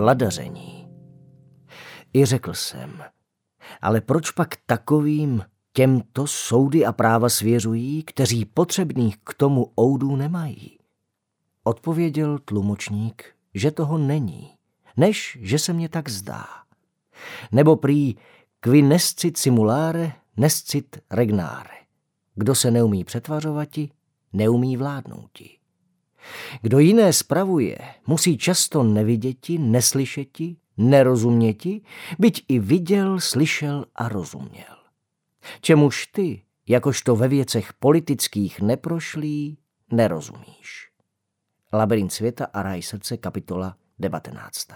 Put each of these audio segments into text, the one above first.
vladaření. I řekl jsem, ale proč pak takovým těmto soudy a práva svěřují, kteří potřebných k tomu oudů nemají? Odpověděl tlumočník, že toho není, než že se mně tak zdá. Nebo prý qui nescit simulare, nescit regnare. Kdo se neumí přetvařovati, neumí vládnouti. Kdo jiné spravuje, musí často neviděti, neslyšeti, nerozuměti, byť i viděl, slyšel a rozuměl. Čemuž ty, jakožto ve věcech politických neprošlý, nerozumíš. Labyrint světa a ráj srdce, kapitola 19.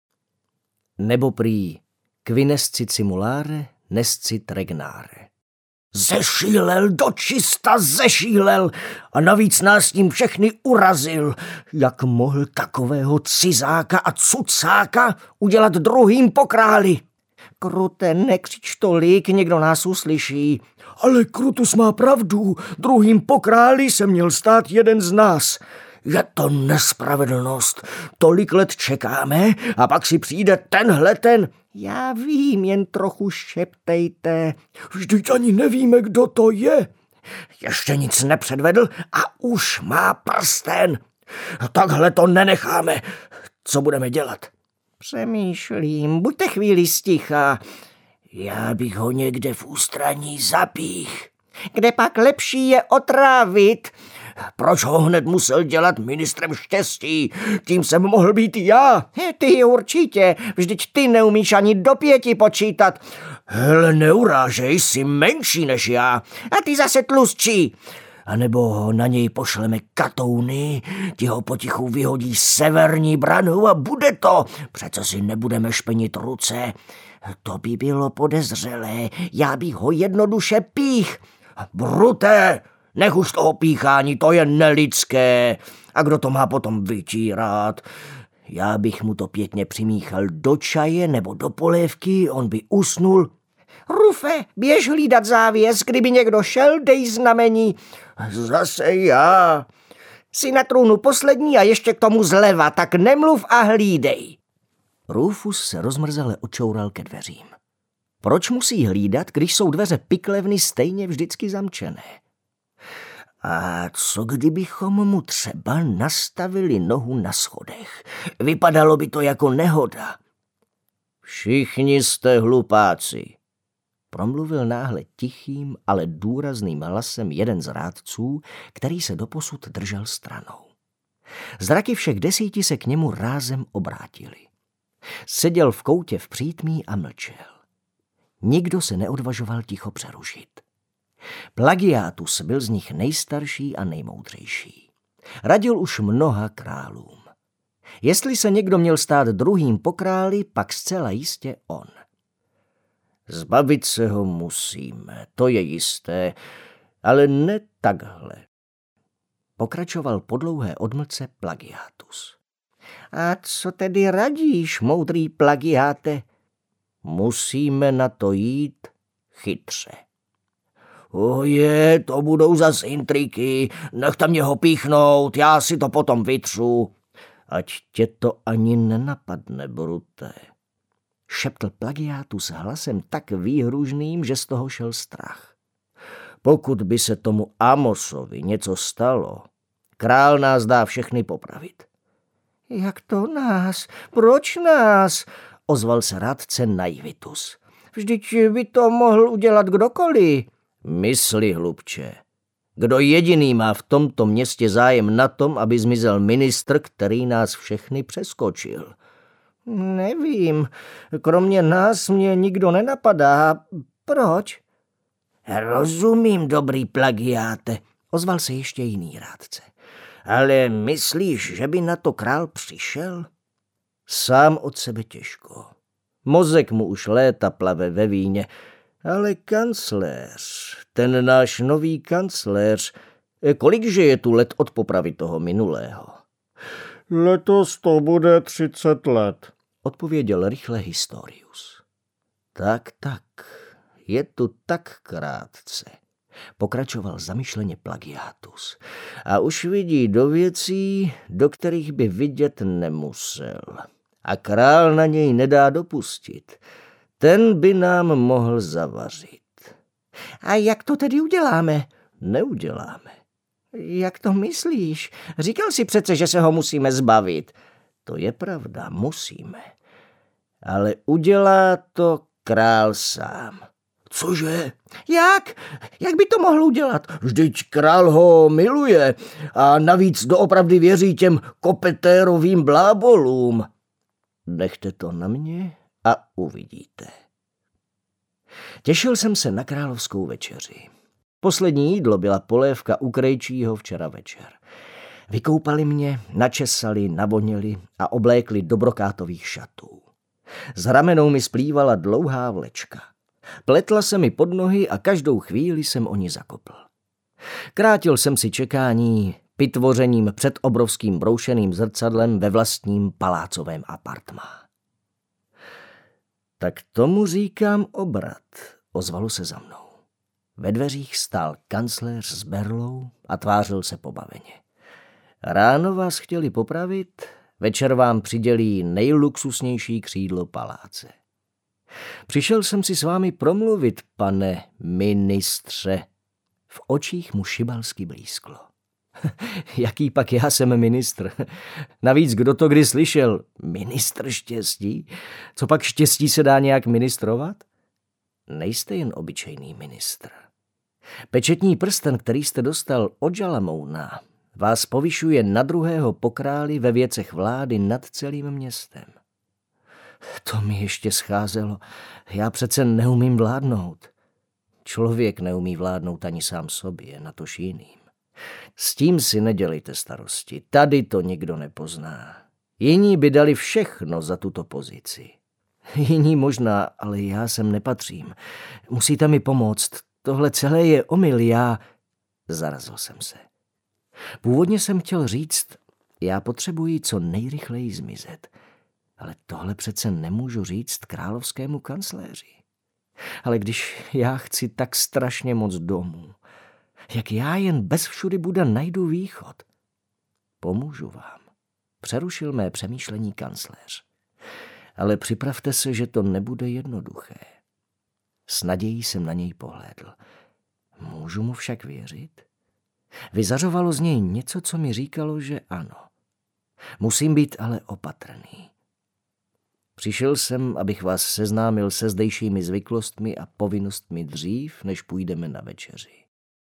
Nebo prý qui nescit simulare, nescit regnare. Zešílel, dočista zešílel a navíc nás tím všechny urazil. Jak mohl takového cizáka a cucáka udělat druhým pokráli? Krute, nekřič tolik, někdo nás uslyší. Ale Krutus má pravdu, druhým pokráli se měl stát jeden z nás. Je to nespravedlnost, tolik let čekáme a pak si přijde tenhle ten. Já vím, jen trochu šeptejte. Vždyť ani nevíme, kdo to je. Ještě nic nepředvedl a už má prsten. Takhle to nenecháme. Co budeme dělat? Přemýšlím, buďte chvíli sticha. Já bych ho někde v ústraní zapích. Kde pak lepší je otrávit? Proč ho hned musel dělat ministrem štěstí? Tím jsem mohl být já. Ty určitě, vždyť ty neumíš ani do 5 počítat. Hele, neurážej, jsi menší než já. A ty zase tlustší. A nebo ho na něj pošleme katouny, ti ho potichu vyhodí severní branou a bude to. Přece si nebudeme špenit ruce. To by bylo podezřelé, já bych ho jednoduše pích. Brute! Nech už toho píchání, to je nelidské. A kdo to má potom vytírat? Já bych mu to pěkně přimíchal do čaje nebo do polévky, on by usnul. Rufe, běž hlídat závěs, kdyby někdo šel, dej znamení. Zase já. Jsi na trůnu poslední a ještě k tomu zleva, tak nemluv a hlídej. Rufus se rozmrzele očoural ke dveřím. Proč musí hlídat, když jsou dveře piklevny stejně vždycky zamčené? A co kdybychom mu třeba nastavili nohu na schodech? Vypadalo by to jako nehoda. Všichni jste hlupáci, promluvil náhle tichým, ale důrazným hlasem jeden z rádců, který se doposud držel stranou. Zraky všech 10 se k němu rázem obrátili. Seděl v koutě v přítmí a mlčel. Nikdo se neodvažoval ticho přerušit. Plagiátus byl z nich nejstarší a nejmoudřejší. Radil už mnoha králům. Jestli se někdo měl stát druhým po králi, pak zcela jistě on. Zbavit se ho musíme, to je jisté, ale ne takhle. Pokračoval po dlouhé odmlce Plagiátus. A co tedy radíš, moudrý plagiáte? Musíme na to jít chytře. Oje, to budou zas intriky, nechte mě ho píchnout, já si to potom vytřu. Ať tě to ani nenapadne, Brute. Šeptl Plagiátus hlasem tak výhružným, že z toho šel strach. Pokud by se tomu Amosovi něco stalo, král nás dá všechny popravit. Jak to nás? Proč nás? Ozval se rádce Naivitus. Vždyť by to mohl udělat kdokoliv. Mysli, hlubče. Kdo jediný má v tomto městě zájem na tom, aby zmizel ministr, který nás všechny přeskočil? Nevím. Kromě nás mě nikdo nenapadá. Proč? Rozumím, dobrý plagiáte, ozval se ještě jiný rádce. Ale myslíš, že by na to král přišel? Sám od sebe těžko. Mozek mu už léta plave ve víně, ale kancléř, ten náš nový kancléř, kolikže je tu let od popravy toho minulého? Letos to bude 30 let, odpověděl rychle Historius. Tak, je tu tak krátce, pokračoval zamyšleně Plagiátus. A už vidí do věcí, do kterých by vidět nemusel. a král na něj nedá dopustit. Ten by nám mohl zavařit. A jak to tedy uděláme? Neuděláme. Jak to myslíš? Říkal jsi přece, že se ho musíme zbavit. To je pravda, musíme. Ale udělá to král sám. Cože? Jak? Jak by to mohl udělat? Vždyť král ho miluje a navíc doopravdy věří těm kopetérovým blábolům. Nechte to na mě a uvidíte. Těšil jsem se na královskou večeři. Poslední jídlo byla polévka u krejčího včera večer. Vykoupali mě, načesali, navonili a oblékli do brokátových šatů. Z ramenou mi splývala dlouhá vlečka. Pletla se mi pod nohy a každou chvíli jsem o ní zakopl. Krátil jsem si čekání pitvořením před obrovským broušeným zrcadlem ve vlastním palácovém apartmá. Tak tomu říkám obrat, ozvalo se za mnou. Ve dveřích stál kancléř s berlou a tvářil se pobaveně. Ráno vás chtěli popravit, večer vám přidělí nejluxusnější křídlo paláce. Přišel jsem si s vámi promluvit, pane ministře. V očích mu šibalsky blízklo. Jaký pak já jsem ministr? Navíc kdo to kdy slyšel? Ministr štěstí? Co pak štěstí se dá nějak ministrovat? Nejste jen obyčejný ministr. Pečetní prsten, který jste dostal od Žalamouna, vás povyšuje na druhého po králi ve věcech vlády nad celým městem. To mi ještě scházelo. Já přece neumím vládnout. Člověk neumí vládnout ani sám sobě, natož jiným. S tím si nedělejte starosti. Tady to nikdo nepozná. Jiní by dali všechno za tuto pozici. Jiní možná, ale já sem nepatřím. Musíte mi pomoct. Tohle celé je omyl, já... Zarazil jsem se. Původně jsem chtěl říct, já potřebuji co nejrychleji zmizet. Ale tohle přece nemůžu říct královskému kancléři. Ale když já chci tak strašně moc domů, jak já jen bez všudybuda najdu východ? Pomůžu vám, přerušil mé přemýšlení kancléř. Ale připravte se, že to nebude jednoduché. S nadějí jsem na něj pohlédl. Můžu mu však věřit? Vyzařovalo z něj něco, co mi říkalo, že ano. Musím být ale opatrný. Přišel jsem, abych vás seznámil se zdejšími zvyklostmi a povinnostmi dřív, než půjdeme na večeři.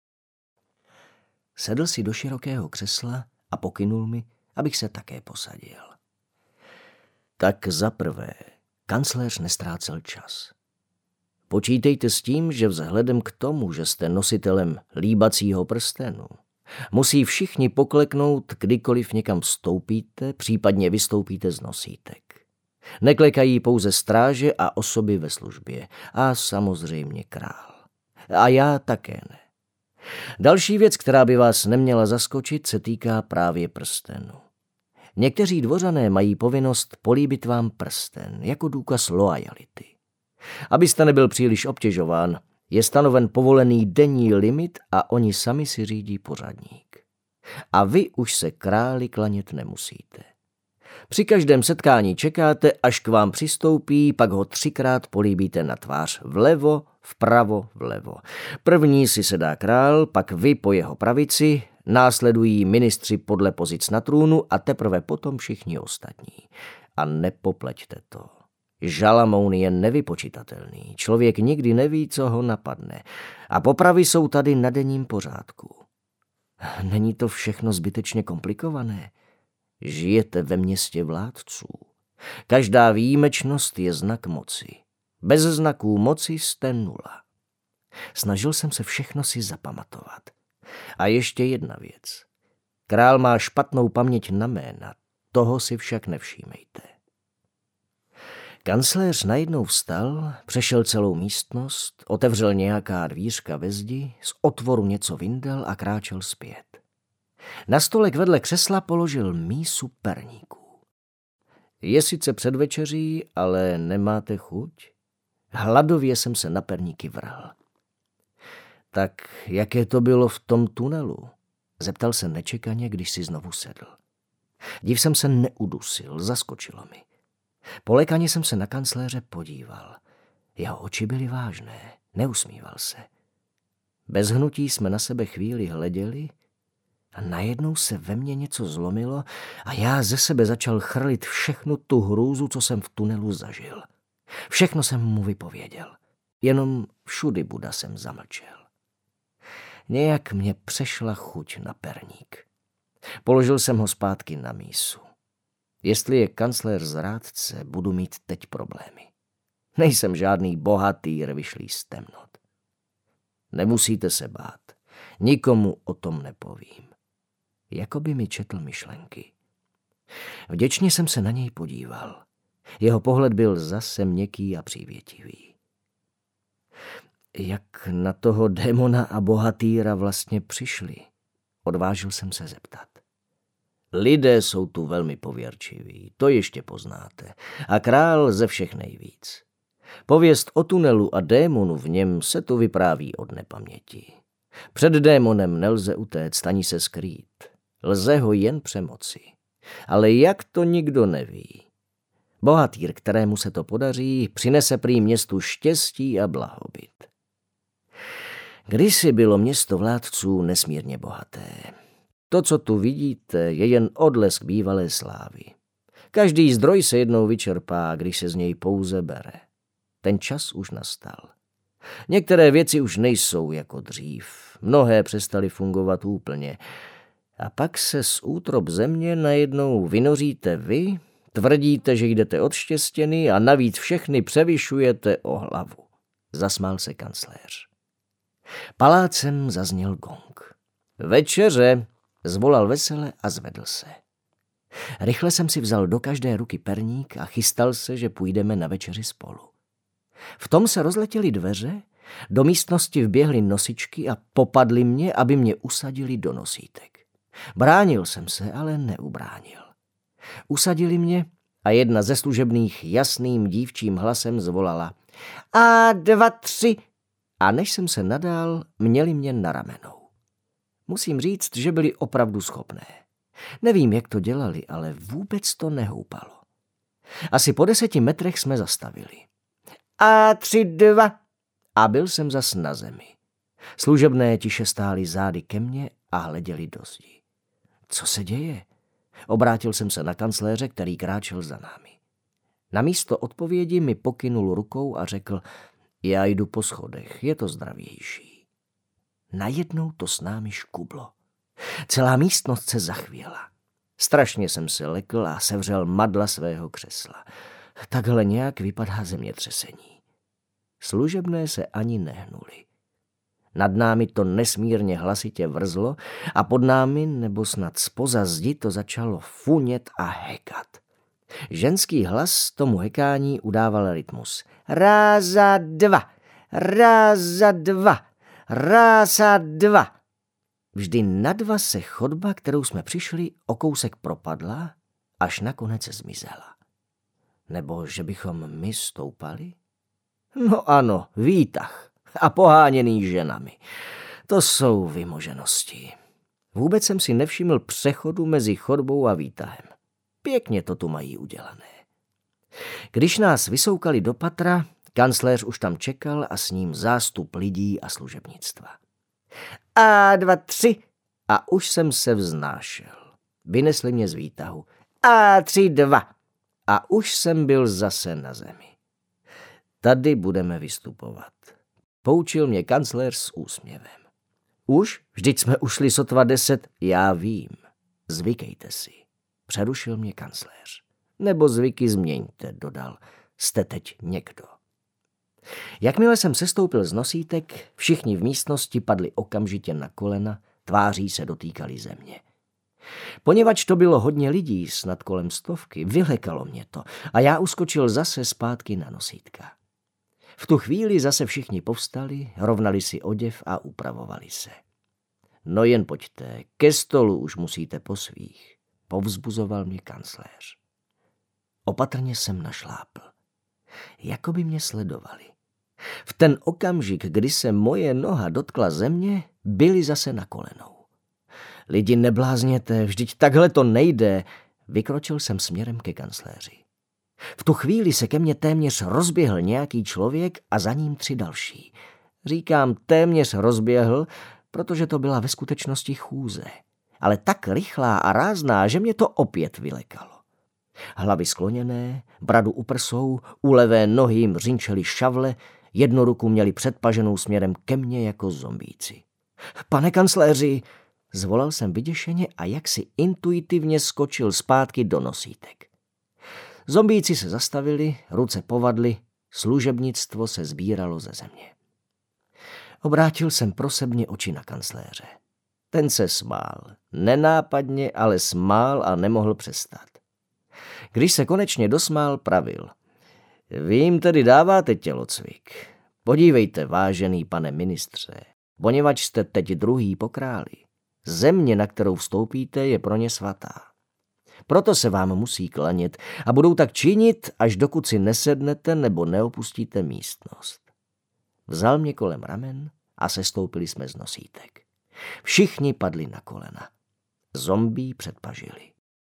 Sedl si do širokého křesla a pokynul mi, abych se také posadil. Tak za prvé, kancléř nestrácel čas. Počítejte s tím, že vzhledem k tomu, že jste nositelem líbacího prstenu, musí všichni pokleknout, kdykoliv někam vstoupíte, případně vystoupíte z nosítek. Neklekají pouze stráže a osoby ve službě. A samozřejmě král. A já také ne. Další věc, která by vás neměla zaskočit, se týká právě prstenu. Někteří dvořané mají povinnost políbit vám prsten jako důkaz loajality. Abyste nebyl příliš obtěžován, je stanoven povolený denní limit a oni sami si řídí pořadník. A vy už se králi klanět nemusíte. Při každém setkání čekáte, až k vám přistoupí, pak ho 3krát políbíte na tvář vlevo, vpravo, vlevo. První si sedá král, pak vy po jeho pravici, následují ministři podle pozic na trůnu a teprve potom všichni ostatní. A nepopleťte to. Žalamoun je nevypočitatelný. Člověk nikdy neví, co ho napadne. A popravy jsou tady na denním pořádku. Není to všechno zbytečně komplikované? Žijete ve městě vládců. Každá výjimečnost je znak moci. Bez znaků moci jste nula. Snažil jsem se všechno si zapamatovat. A ještě jedna věc. Král má špatnou paměť na jména. Toho si však nevšímejte. Kancléř najednou vstal, přešel celou místnost, otevřel nějaká dvířka ve zdi, z otvoru něco vyndal a kráčel zpět. Na stolek vedle křesla položil mísu perníků. Je sice před večeří, ale nemáte chuť? Hladově jsem se na perníky vrhl. Tak jaké to bylo v tom tunelu? Zeptal se nečekaně, když si znovu sedl. Div jsem se neudusil, zaskočilo mi. Po lékaně jsem se na kancléře podíval. Jeho oči byly vážné, neusmíval se. Bez hnutí jsme na sebe chvíli hleděli a najednou se ve mně něco zlomilo a já ze sebe začal chrlit všechnu tu hrůzu, co jsem v tunelu zažil. Všechno jsem mu vypověděl. Jenom všudy Buda jsem zamlčel. Nějak mě přešla chuť na perník. Položil jsem ho zpátky na mísu. Jestli je kancléř zrádce, budu mít teď problémy. Nejsem žádný bohatýr vyšlý z temnot. Nemusíte se bát. Nikomu o tom nepovím. Jakoby mi četl myšlenky. Vděčně jsem se na něj podíval. Jeho pohled byl zase měkký a přívětivý. Jak na toho démona a bohatýra vlastně přišli? Odvážil jsem se zeptat. Lidé jsou tu velmi pověrčiví, to ještě poznáte. A král ze všech nejvíc. Pověst o tunelu a démonu v něm se tu vypráví od nepaměti. Před démonem nelze utéct ani se skrýt. Lze ho jen přemoci. Ale jak to nikdo neví. Bohatýr, kterému se to podaří, přinese prý městu štěstí a blahobyt. Kdysi bylo město vládců nesmírně bohaté. To, co tu vidíte, je jen odlesk bývalé slávy. Každý zdroj se jednou vyčerpá, když se z něj pouze bere. Ten čas už nastal. Některé věci už nejsou jako dřív. Mnohé přestaly fungovat úplně. A pak se z útrob země najednou vynoříte vy, tvrdíte, že jdete od štěstěny a navíc všechny převyšujete o hlavu. Zasmál se kancléř. Palácem zazněl gong. Večeře, zvolal vesele a zvedl se. Rychle jsem si vzal do každé ruky perník a chystal se, že půjdeme na večeři spolu. V tom se rozletěly dveře, do místnosti vběhly nosičky a popadly mě, aby mě usadili do nosítek. Bránil jsem se, ale neubránil. Usadili mě a jedna ze služebných jasným dívčím hlasem zvolala A 2, 3 a než jsem se nadál, měli mě na ramenou. Musím říct, že byli opravdu schopné. Nevím, jak to dělali, ale vůbec to nehoupalo. Asi po 10 metrech jsme zastavili. A 3, 2 a byl jsem zas na zemi. Služebné tiše stály zády ke mně a hleděli do zdi. Co se děje? Obrátil jsem se na kancléře, který kráčel za námi. Namísto odpovědi mi pokynul rukou a řekl, já jdu po schodech, je to zdravější. Najednou to s námi škublo. Celá místnost se zachvěla. Strašně jsem se lekl a sevřel madla svého křesla. Takhle nějak vypadá zemětřesení. Služebné se ani nehnuli. Nad námi to nesmírně hlasitě vrzlo a pod námi, nebo snad zpoza zdi, to začalo funět a hekat. Ženský hlas tomu hekání udával rytmus. Ráza 2, ráza 2, ráza 2. Vždy na 2 se chodba, kterou jsme přišli, o kousek propadla, až nakonec zmizela. Nebo že bychom my stoupali? No ano, výtah a poháněný ženami. To jsou vymoženosti. Vůbec jsem si nevšiml přechodu mezi chodbou a výtahem. Pěkně to tu mají udělané. Když nás vysoukali do patra, kancléř už tam čekal a s ním zástup lidí a služebnictva. A 2, 3 a už jsem se vznášel. Vynesli mě z výtahu. A 3, 2 a už jsem byl zase na zemi. Tady budeme vystupovat. Poučil mě kancléř s úsměvem. Už? Vždyť jsme ušli sotva 10. Já vím. Zvykejte si. Přerušil mě kancléř. Nebo zvyky změňte, dodal. Jste teď někdo. Jakmile jsem sestoupil z nosítek, všichni v místnosti padli okamžitě na kolena, tváří se dotýkali země. Poněvadž to bylo hodně lidí, snad kolem 100, vylekalo mě to a já uskočil zase zpátky na nosítka. V tu chvíli zase všichni povstali, rovnali si oděv a upravovali se. No jen pojďte, ke stolu už musíte po svých, povzbuzoval mě kancléř. Opatrně jsem našlápl. Jakoby mě sledovali. V ten okamžik, kdy se moje noha dotkla země, byli zase na kolenou. Lidi, neblázněte, vždyť takhle to nejde, vykročil jsem směrem ke kancléři. V tu chvíli se ke mně téměř rozběhl nějaký člověk a za ním 3 další. Říkám téměř rozběhl, protože to byla ve skutečnosti chůze, ale tak rychlá a rázná, že mě to opět vylekalo. Hlavy skloněné, bradu u prsou, u levé nohy jim řinčely šavle, jednu ruku měli předpaženou směrem ke mně jako zombíci. Pane kancléři, zvolal jsem vyděšeně a jaksi intuitivně skočil zpátky do nosítek. Zombíci se zastavili, ruce povadly, služebnictvo se sbíralo ze země. Obrátil jsem prosebně oči na kancléře. Ten se smál. Nenápadně, ale smál a nemohl přestat. Když se konečně dosmál, pravil. Vy jim tedy dáváte tělocvik. Podívejte, vážený pane ministře, poněvadž jste teď druhý po králi. Země, na kterou vstoupíte, je pro ně svatá. Proto se vám musí klanět a budou tak činit, až dokud si nesednete nebo neopustíte místnost. Vzal mě kolem ramen a sestoupili jsme z nosítek. Všichni padli na kolena. Zombí předpažili.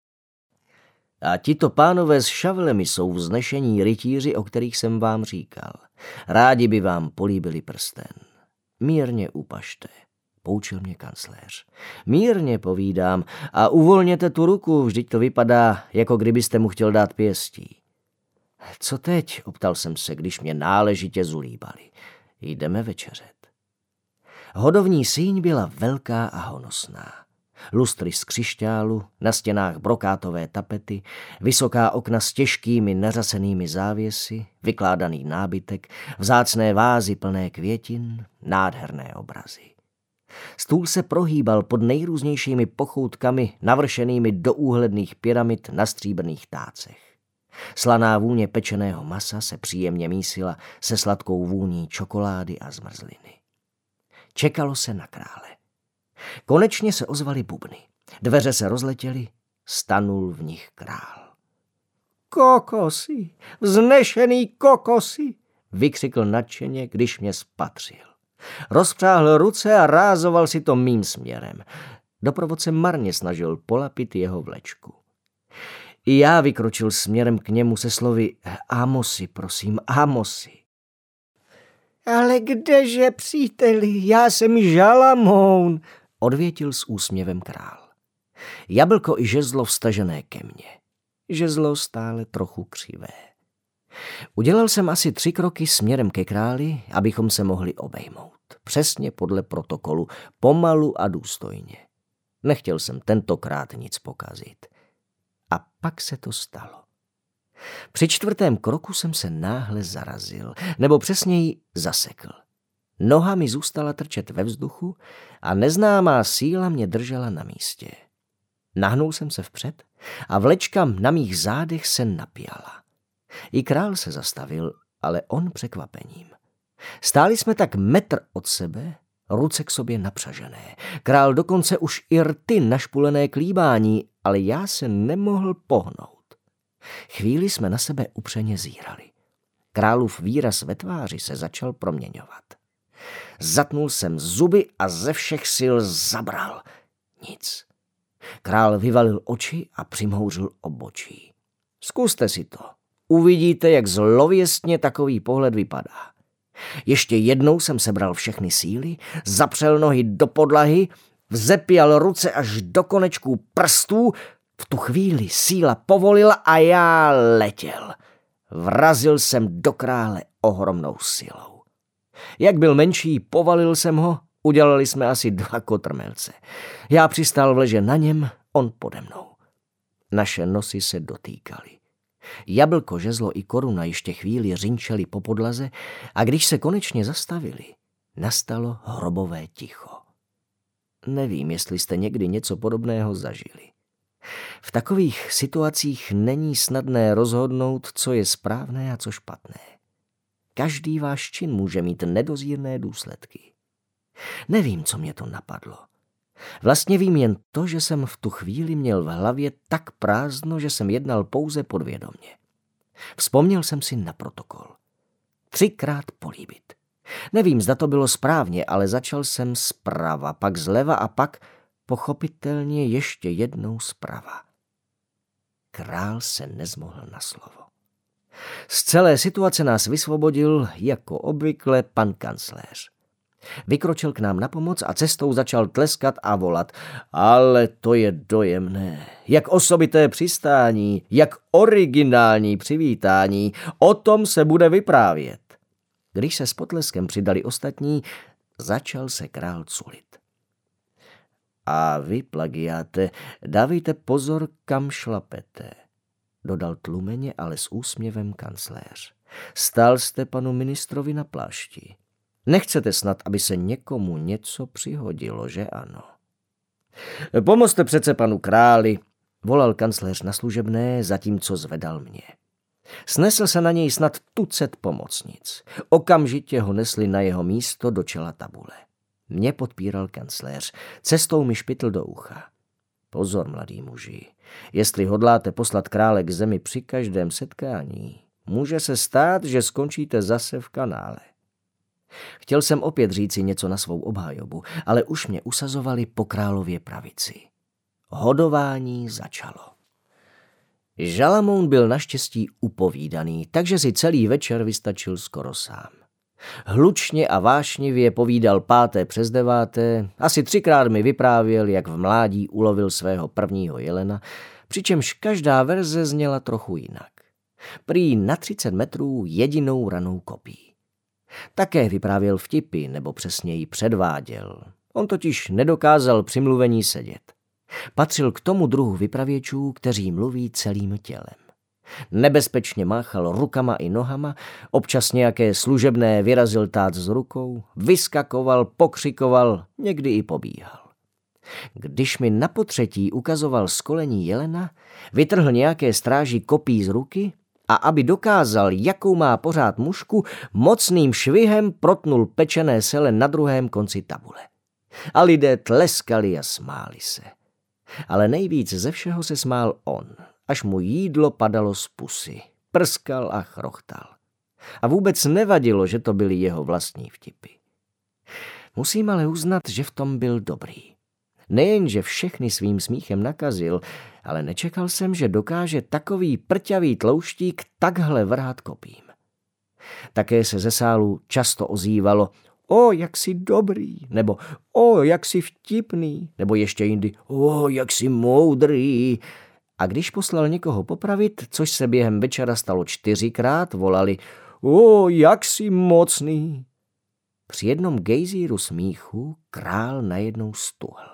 A tito pánové s šavlemi jsou vznešení rytíři, o kterých jsem vám říkal. Rádi by vám políbili prsten. Mírně upažte, poučil mě kancléř. Mírně povídám a uvolněte tu ruku, vždyť to vypadá, jako kdybyste mu chtěl dát pěstí. Co teď, optal jsem se, když mě náležitě zulíbali. Jdeme večeřet. Hodovní síň byla velká a honosná. Lustry z křišťálu, na stěnách brokátové tapety, vysoká okna s těžkými nařazenými závěsy, vykládaný nábytek, vzácné vázy plné květin, nádherné obrazy. Stůl se prohýbal pod nejrůznějšími pochoutkami navršenými do úhledných pyramid na stříbrných tácech. Slaná vůně pečeného masa se příjemně mísila se sladkou vůní čokolády a zmrzliny. Čekalo se na krále. Konečně se ozvaly bubny. Dveře se rozletěly, stanul v nich král. Kokosy, vznešený kokosy, vykřikl nadšeně, když mě spatřil. Rozpřáhl ruce a rázoval si to mým směrem. Doprovod se marně snažil polapit jeho vlečku. I já vykročil směrem k němu se slovy Ámosi, prosím, Ámosi. Ale kdeže, příteli, já jsem Žalamoun, odvětil s úsměvem král. Jablko i žezlo vstažené ke mně. Žezlo stále trochu křivé. Udělal jsem asi 3 kroky směrem ke králi, abychom se mohli obejmout. Přesně podle protokolu, pomalu a důstojně. Nechtěl jsem tentokrát nic pokazit. A pak se to stalo. Při 4. kroku jsem se náhle zarazil, nebo přesněji zasekl. Noha mi zůstala trčet ve vzduchu a neznámá síla mě držela na místě. Nahnul jsem se vpřed a vlečka na mých zádech se napjala. I král se zastavil, ale on překvapením. Stáli jsme tak metr od sebe, ruce k sobě napřažené. Král dokonce už i rty našpulené k líbání, ale já se nemohl pohnout. Chvíli jsme na sebe upřeně zírali. Králův výraz ve tváři se začal proměňovat. Zatnul jsem zuby a ze všech sil zabral. Nic. Král vyvalil oči a přimhouřil obočí. Zkuste si to. Uvidíte, jak zlověstně takový pohled vypadá. Ještě jednou jsem sebral všechny síly, zapřel nohy do podlahy, vzepěl ruce až do konečků prstů. V tu chvíli síla povolila a já letěl. Vrazil jsem do krále ohromnou silou. Jak byl menší, povalil jsem ho, udělali jsme asi 2 kotrmelce. Já přistál v leže na něm, on pode mnou. Naše nosy se dotýkaly. Jablko, žezlo i koruna ještě chvíli řinčely po podlaze a když se konečně zastavili, nastalo hrobové ticho. Nevím, jestli jste někdy něco podobného zažili. V takových situacích není snadné rozhodnout, co je správné a co špatné. Každý váš čin může mít nedozírné důsledky. Nevím, co mě to napadlo. Vlastně vím jen to, že jsem v tu chvíli měl v hlavě tak prázdno, že jsem jednal pouze podvědomě. Vzpomněl jsem si na protokol. 3krát políbit. Nevím, zda to bylo správně, ale začal jsem zprava, pak zleva a pak pochopitelně ještě jednou zprava. Král se nezmohl na slovo. Z celé situace nás vysvobodil, jako obvykle, pan kancléř. Vykročil k nám na pomoc a cestou začal tleskat a volat. Ale to je dojemné. Jak osobité přistání, jak originální přivítání. O tom se bude vyprávět. Když se s potleskem přidali ostatní, začal se král culit. A vy, plagiáte, dávejte pozor, kam šlapete, dodal tlumeně, ale s úsměvem kancléř. Stál jste panu ministrovi na plášti. Nechcete snad, aby se někomu něco přihodilo, že ano? Pomozte přece panu králi, volal kancléř na služebné, zatímco zvedal mě. Snesl se na něj snad tucet pomocnic. Okamžitě ho nesli na jeho místo do čela tabule. Mě podpíral kancléř, cestou mi špitl do ucha. Pozor, mladý muži, jestli hodláte poslat krále k zemi při každém setkání, může se stát, že skončíte zase v kanále. Chtěl jsem opět říci něco na svou obhajobu, ale už mě usazovali po králově pravici. Hodování začalo. Žalamoun byl naštěstí upovídaný, takže si celý večer vystačil skoro sám. Hlučně a vášnivě povídal 5. přes 9. Asi 3krát mi vyprávěl, jak v mládí ulovil svého prvního jelena, přičemž každá verze zněla trochu jinak. Prý na 30 metrů jedinou ranou kopí. Také vyprávěl vtipy, nebo přesněji předváděl. On totiž nedokázal při mluvení sedět. Patřil k tomu druhu vypravěčů, kteří mluví celým tělem. Nebezpečně máchal rukama i nohama, občas nějaké služebné vyrazil tát z rukou, vyskakoval, pokřikoval, někdy i pobíhal. Když mi na potřetí ukazoval skolení jelena, vytrhl nějaké stráži kopí z ruky a aby dokázal, jakou má pořád mušku, mocným švihem protnul pečené sele na druhém konci tabule. A lidé tleskali a smáli se. Ale nejvíc ze všeho se smál on, až mu jídlo padalo z pusy. Prskal a chrochtal. A vůbec nevadilo, že to byly jeho vlastní vtipy. Musím ale uznat, že v tom byl dobrý. Nejen, že všechny svým smíchem nakazil, ale nečekal jsem, že dokáže takový prťavý tlouštík takhle vrhat kopím. Také se ze sálu často ozývalo: o, jak jsi dobrý, nebo o, jak jsi vtipný, nebo ještě jindy: o, jak jsi moudrý. A když poslal někoho popravit, což se během večera stalo 4krát, volali: o, jak jsi mocný. Při jednom gejzíru smíchu král najednou stuhl.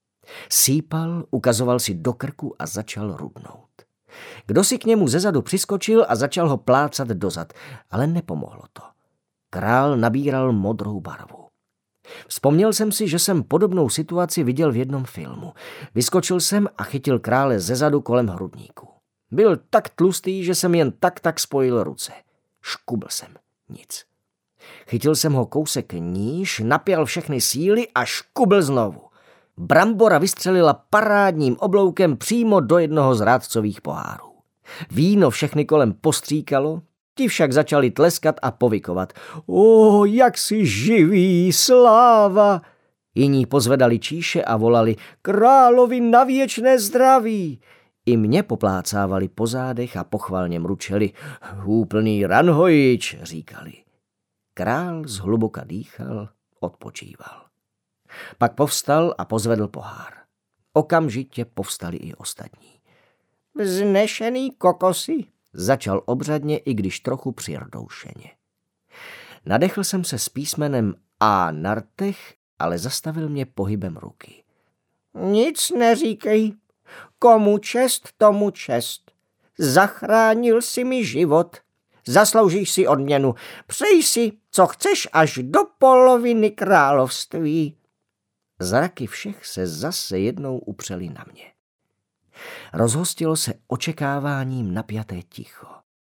Sýpal, ukazoval si do krku a začal rudnout. Kdo si k němu zezadu přiskočil a začal ho plácat dozad, ale nepomohlo to. Král nabíral modrou barvu. Vzpomněl jsem si, že jsem podobnou situaci viděl v jednom filmu. Vyskočil jsem a chytil krále zezadu kolem hrudníku. Byl tak tlustý, že jsem jen tak spojil ruce. Škubl jsem. Nic. Chytil jsem ho kousek níž, napěl všechny síly a škubl znovu. Brambora vystřelila parádním obloukem přímo do jednoho z rádcových pohárů. Víno všechny kolem postříkalo, ti však začali tleskat a povykovat: o, jak jsi živý, sláva! Jiní pozvedali číše a volali: královi na věčné zdraví! I mě poplácávali po zádech a pochvalně mručeli: úplný ranhojič, říkali. Král zhluboka dýchal, odpočíval. Pak povstal a pozvedl pohár. Okamžitě povstali i ostatní. Vznešený kokosy, začal obřadně, i když trochu přirdoušeně. Nadechl jsem se s písmenem A na rtech, ale zastavil mě pohybem ruky. Nic neříkej. Komu čest, tomu čest. Zachránil si mi život. Zasloužíš si odměnu. Přeji si, co chceš, až do poloviny království. Zraky všech se zase jednou upřely na mě. Rozhostilo se očekáváním napjaté ticho.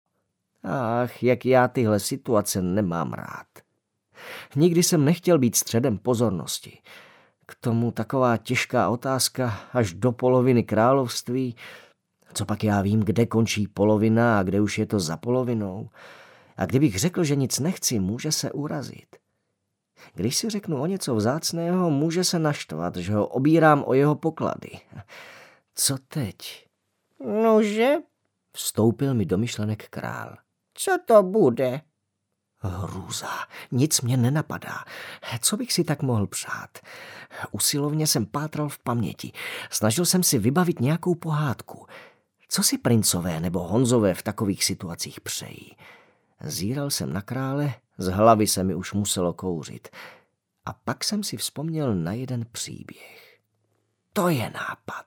Ach, jak já tyhle situace nemám rád. Nikdy jsem nechtěl být středem pozornosti. K tomu taková těžká otázka až do poloviny království. Co pak já vím, kde končí polovina a kde už je to za polovinou. A kdybych řekl, že nic nechci, může se urazit. Když si řeknu o něco vzácného, může se naštvat, že ho obírám o jeho poklady. Co teď? Nože? Vstoupil mi do myšlenek král. Co to bude? Hrůza, nic mě nenapadá. Co bych si tak mohl přát? Usilovně jsem pátral v paměti. Snažil jsem si vybavit nějakou pohádku. Co si princové nebo Honzové v takových situacích přejí? Zíral jsem na krále, z hlavy se mi už muselo kouřit. A pak jsem si vzpomněl na jeden příběh. To je nápad.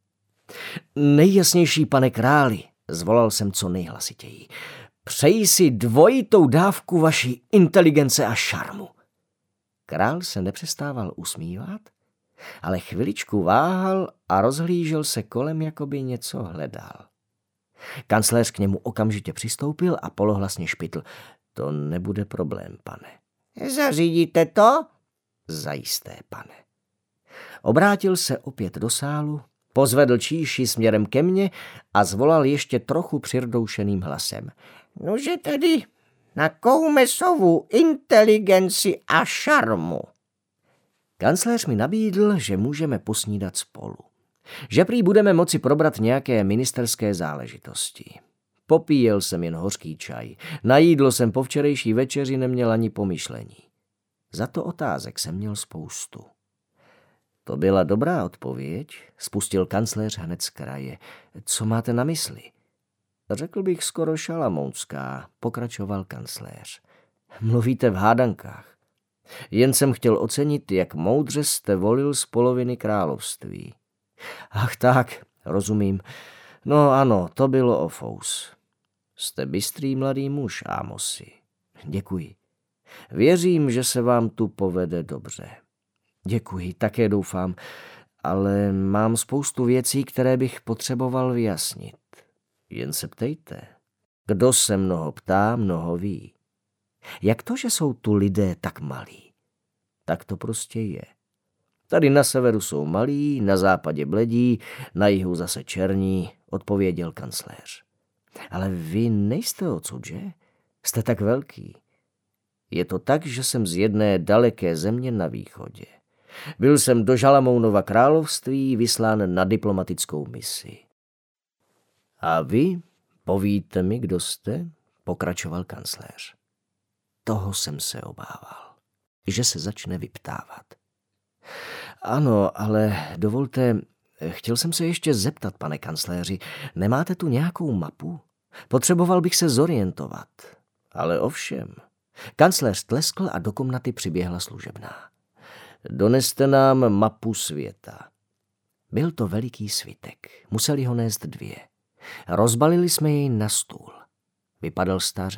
Nejjasnější pane králi, zvolal jsem co nejhlasitěji. Přeji si dvojitou dávku vaší inteligence a šarmu. Král se nepřestával usmívat, ale chviličku váhal a rozhlížel se kolem, jako by něco hledal. Kancléř k němu okamžitě přistoupil a polohlasně špitl. To nebude problém, pane. Zařídíte to? Zajisté, pane. Obrátil se opět do sálu, pozvedl číši směrem ke mně a zvolal ještě trochu přirdoušeným hlasem. Nože tedy na Koumesovu inteligenci a šarmu. Kancléř mi nabídl, že můžeme posnídat spolu. Že prý budeme moci probrat nějaké ministerské záležitosti. Popíjel jsem jen hořký čaj. Na jídlo jsem po včerejší večeři neměl ani pomyšlení. Za to otázek jsem měl spoustu. To byla dobrá odpověď, spustil kancléř hned z kraje. Co máte na mysli? Řekl bych skoro šalamounská, pokračoval kancléř. Mluvíte v hádankách. Jen jsem chtěl ocenit, jak moudře jste volil z poloviny království. Ach tak, rozumím. No ano, to bylo o fous. Jste bystrý mladý muž, Amosi. Děkuji. Věřím, že se vám tu povede dobře. Děkuji, také doufám, ale mám spoustu věcí, které bych potřeboval vyjasnit. Jen se ptejte. Kdo se mnoho ptá, mnoho ví. Jak to, že jsou tu lidé tak malí? Tak to prostě je. Tady na severu jsou malí, na západě bledí, na jihu zase černí, odpověděl kancléř. Ale vy nejste odsud, že? Jste tak velký. Je to tak, že jsem z jedné daleké země na východě. Byl jsem do Žalamounova království vyslán na diplomatickou misi. A vy, povíte mi, kdo jste? Pokračoval kancléř. Toho jsem se obával, že se začne vyptávat. Ano, ale dovolte, chtěl jsem se ještě zeptat, pane kancléři, nemáte tu nějakou mapu? Potřeboval bych se zorientovat. Ale ovšem. Kancléř tleskl a do komnaty přiběhla služebná. Doneste nám mapu světa. Byl to veliký svitek, museli ho nést 2. Rozbalili jsme jej na stůl. Vypadal staře.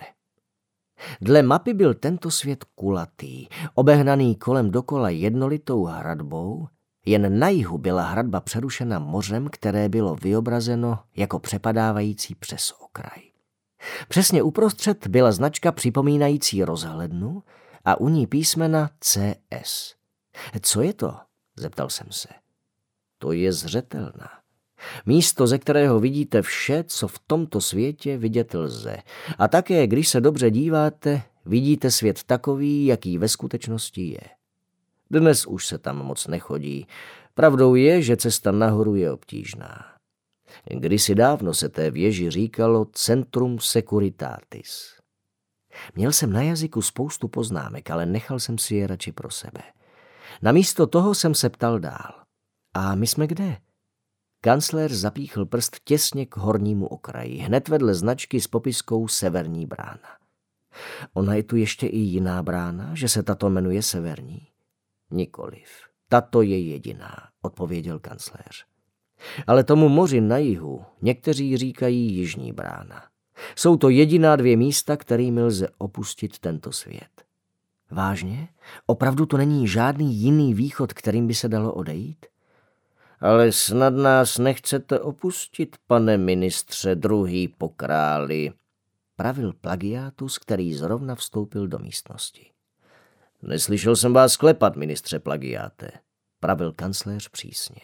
Dle mapy byl tento svět kulatý, obehnaný kolem dokola jednolitou hradbou, jen na jihu byla hradba přerušena mořem, které bylo vyobrazeno jako přepadávající přes okraj. Přesně uprostřed byla značka připomínající rozhlednu a u ní písmena CS. Co je to? Zeptal jsem se. To je zřetelná. Místo, ze kterého vidíte vše, co v tomto světě vidět lze. A také, když se dobře díváte, vidíte svět takový, jaký ve skutečnosti je. Dnes už se tam moc nechodí. Pravdou je, že cesta nahoru je obtížná. Kdysi dávno se té věži říkalo Centrum Securitatis. Měl jsem na jazyku spoustu poznámek, ale nechal jsem si je radši pro sebe. Namísto toho jsem se ptal dál. A my jsme kde? Kancléř zapíchl prst těsně k hornímu okraji, hned vedle značky s popiskou Severní brána. Ona je tu ještě i jiná brána, že se tato jmenuje Severní? Nikoliv. Tato je jediná, odpověděl kancléř. Ale tomu moři na jihu někteří říkají Jižní brána. Jsou to jediná 2 místa, kterými lze opustit tento svět. Vážně? Opravdu to není žádný jiný východ, kterým by se dalo odejít? Ale snad nás nechcete opustit, pane ministře druhý po králi, pravil Plagiátus, který zrovna vstoupil do místnosti. Neslyšel jsem vás klepat, ministře Plagiáte, pravil kancléř přísně.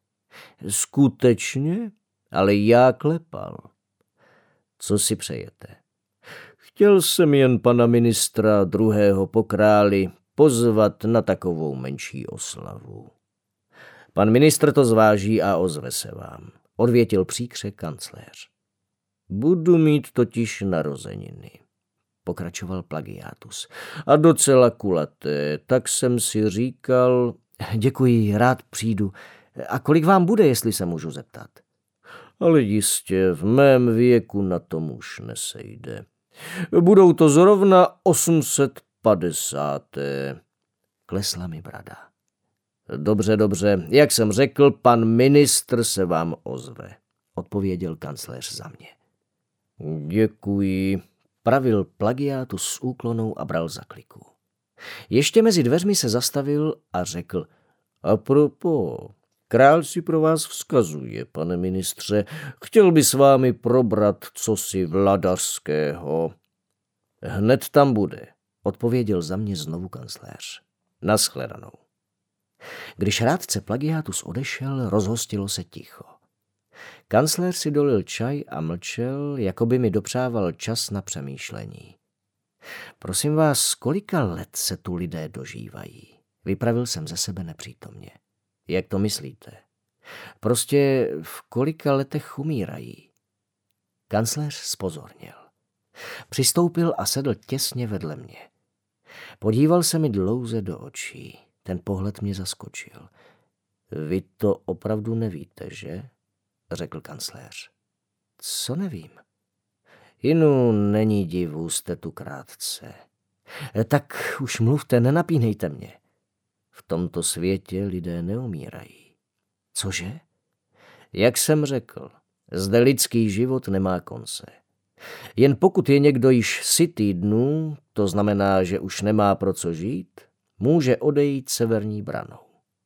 Skutečně? Ale já klepal. Co si přejete? Chtěl jsem jen pana ministra druhého po králi pozvat na takovou menší oslavu. Pan ministr to zváží a ozve se vám, odvětil příkře kancléř. Budu mít totiž narozeniny. pokračoval Plagiátus. A docela kulaté, tak jsem si říkal... Děkuji, rád přijdu. A kolik vám bude, jestli se můžu zeptat? Ale jistě, v mém věku na tom už nesejde. Budou to zrovna 850. Klesla mi brada. Dobře, jak jsem řekl, pan ministr se vám ozve, odpověděl kancléř za mě. Děkuji, pravil Plagiátus s úklonou a bral za kliku. Ještě mezi dveřmi se zastavil a řekl, a propos, král si pro vás vzkazuje, pane ministře, chtěl by s vámi probrat cosi vladařského. Hned tam bude, odpověděl za mě znovu kancléř. Naschledanou. Když rádce Plagiátus odešel, rozhostilo se ticho. Kancléř si dolil čaj a mlčel, jako by mi dopřával čas na přemýšlení. Prosím vás, kolika let se tu lidé dožívají? Vypravil jsem ze sebe nepřítomně. Jak to myslíte? Prostě v kolika letech umírají? Kancléř zpozorněl. Přistoupil a sedl těsně vedle mě. Podíval se mi dlouze do očí. Ten pohled mě zaskočil. Vy to opravdu nevíte, že? Řekl kancléř. Co nevím? Jinu, není divu, jste tu krátce. Tak už mluvte, nenapínejte mě. V tomto světě lidé neumírají. Cože? Jak jsem řekl, zde lidský život nemá konce. Jen pokud je někdo již sytý dnů, to znamená, že už nemá pro co žít, může odejít severní branou.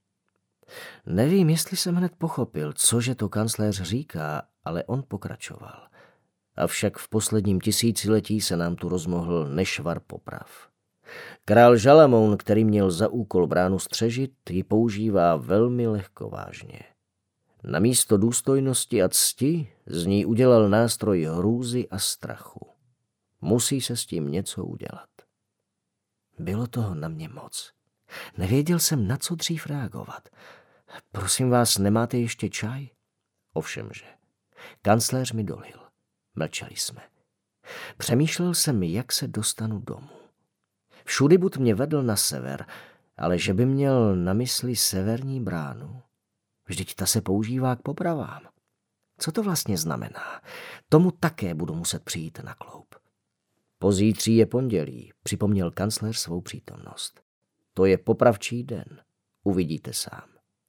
Nevím, jestli jsem hned pochopil, cože to kancléř říká, ale on pokračoval. Avšak v posledním tisíciletí se nám tu rozmohl nešvar poprav. Král Žalamoun, který měl za úkol bránu střežit, ji používá velmi lehkovážně. Namísto důstojnosti a cti z ní udělal nástroj hrůzy a strachu. Musí se s tím něco udělat. Bylo toho na mě moc. Nevěděl jsem, na co dřív reagovat. Prosím vás, nemáte ještě čaj? Ovšemže. Kancléř mi dolil. Mlčeli jsme. Přemýšlel jsem, jak se dostanu domů. Všudybud mě vedl na sever, ale že by měl na mysli severní bránu. Vždyť ta se používá k popravám. Co to vlastně znamená? Tomu také budu muset přijít na kloub. Pozítří je pondělí, připomněl kancléř svou přítomnost. To je popravčí den. Uvidíte sám.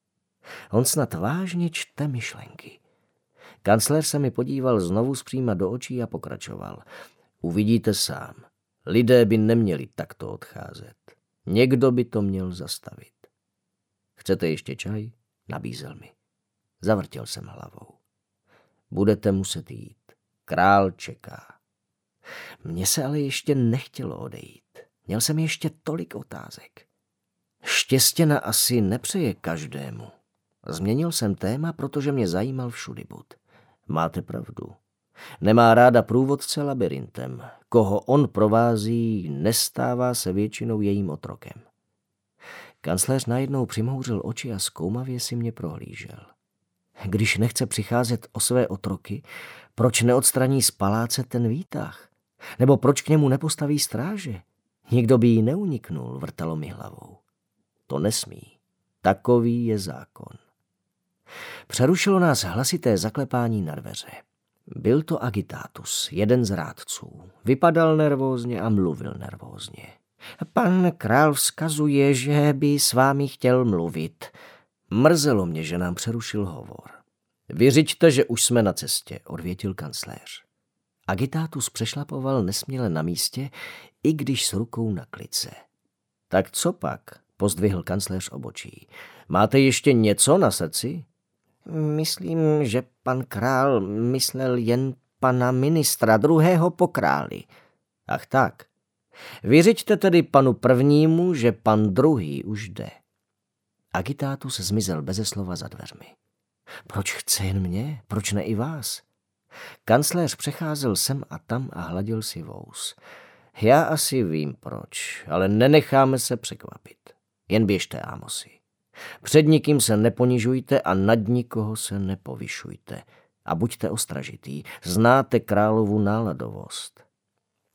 On snad vážně čte myšlenky. Kancléř se mi podíval znovu zpříma do očí a pokračoval. Uvidíte sám. Lidé by neměli takto odcházet. Někdo by to měl zastavit. Chcete ještě čaj? Nabízel mi. Zavrtěl jsem hlavou. Budete muset jít. Král čeká. Mně se ale ještě nechtělo odejít. Měl jsem ještě tolik otázek. Štěstěna asi nepřeje každému. Změnil jsem téma, protože mě zajímal všudybud. Máte pravdu. Nemá ráda průvodce labirintem. Koho on provází, nestává se většinou jejím otrokem. Kancléř najednou přimhouřil oči a zkoumavě si mě prohlížel. Když nechce přicházet o své otroky, proč neodstraní z paláce ten výtah? Nebo proč k němu nepostaví stráže? Nikdo by jí neuniknul, vrtalo mi hlavou. To nesmí. Takový je zákon. Přerušilo nás hlasité zaklepání na dveře. Byl to Agitátus, jeden z rádců. Vypadal nervózně a mluvil nervózně. Pan král vzkazuje, že by s vámi chtěl mluvit. Mrzelo mě, že nám přerušil hovor. Vyřiďte, že už jsme na cestě, odvětil kancléř. Agitátus přešlapoval nesměle na místě, i když s rukou na klice. Tak co pak? Pozdvihl kancléř obočí. Máte ještě něco na srdci? Myslím, že pan král myslel jen pana ministra, druhého po králi. Ach tak. Vyřiďte tedy panu prvnímu, že pan druhý už jde. Agitátus zmizel beze slova za dveřmi. Proč chce jen mě? Proč ne i vás? Kancléř přecházel sem a tam a hladil si vous. Já asi vím proč, ale nenecháme se překvapit. Jen běžte, Ámosi. Před nikým se neponižujte a nad nikoho se nepovyšujte. A buďte ostražitý, znáte královu náladovost.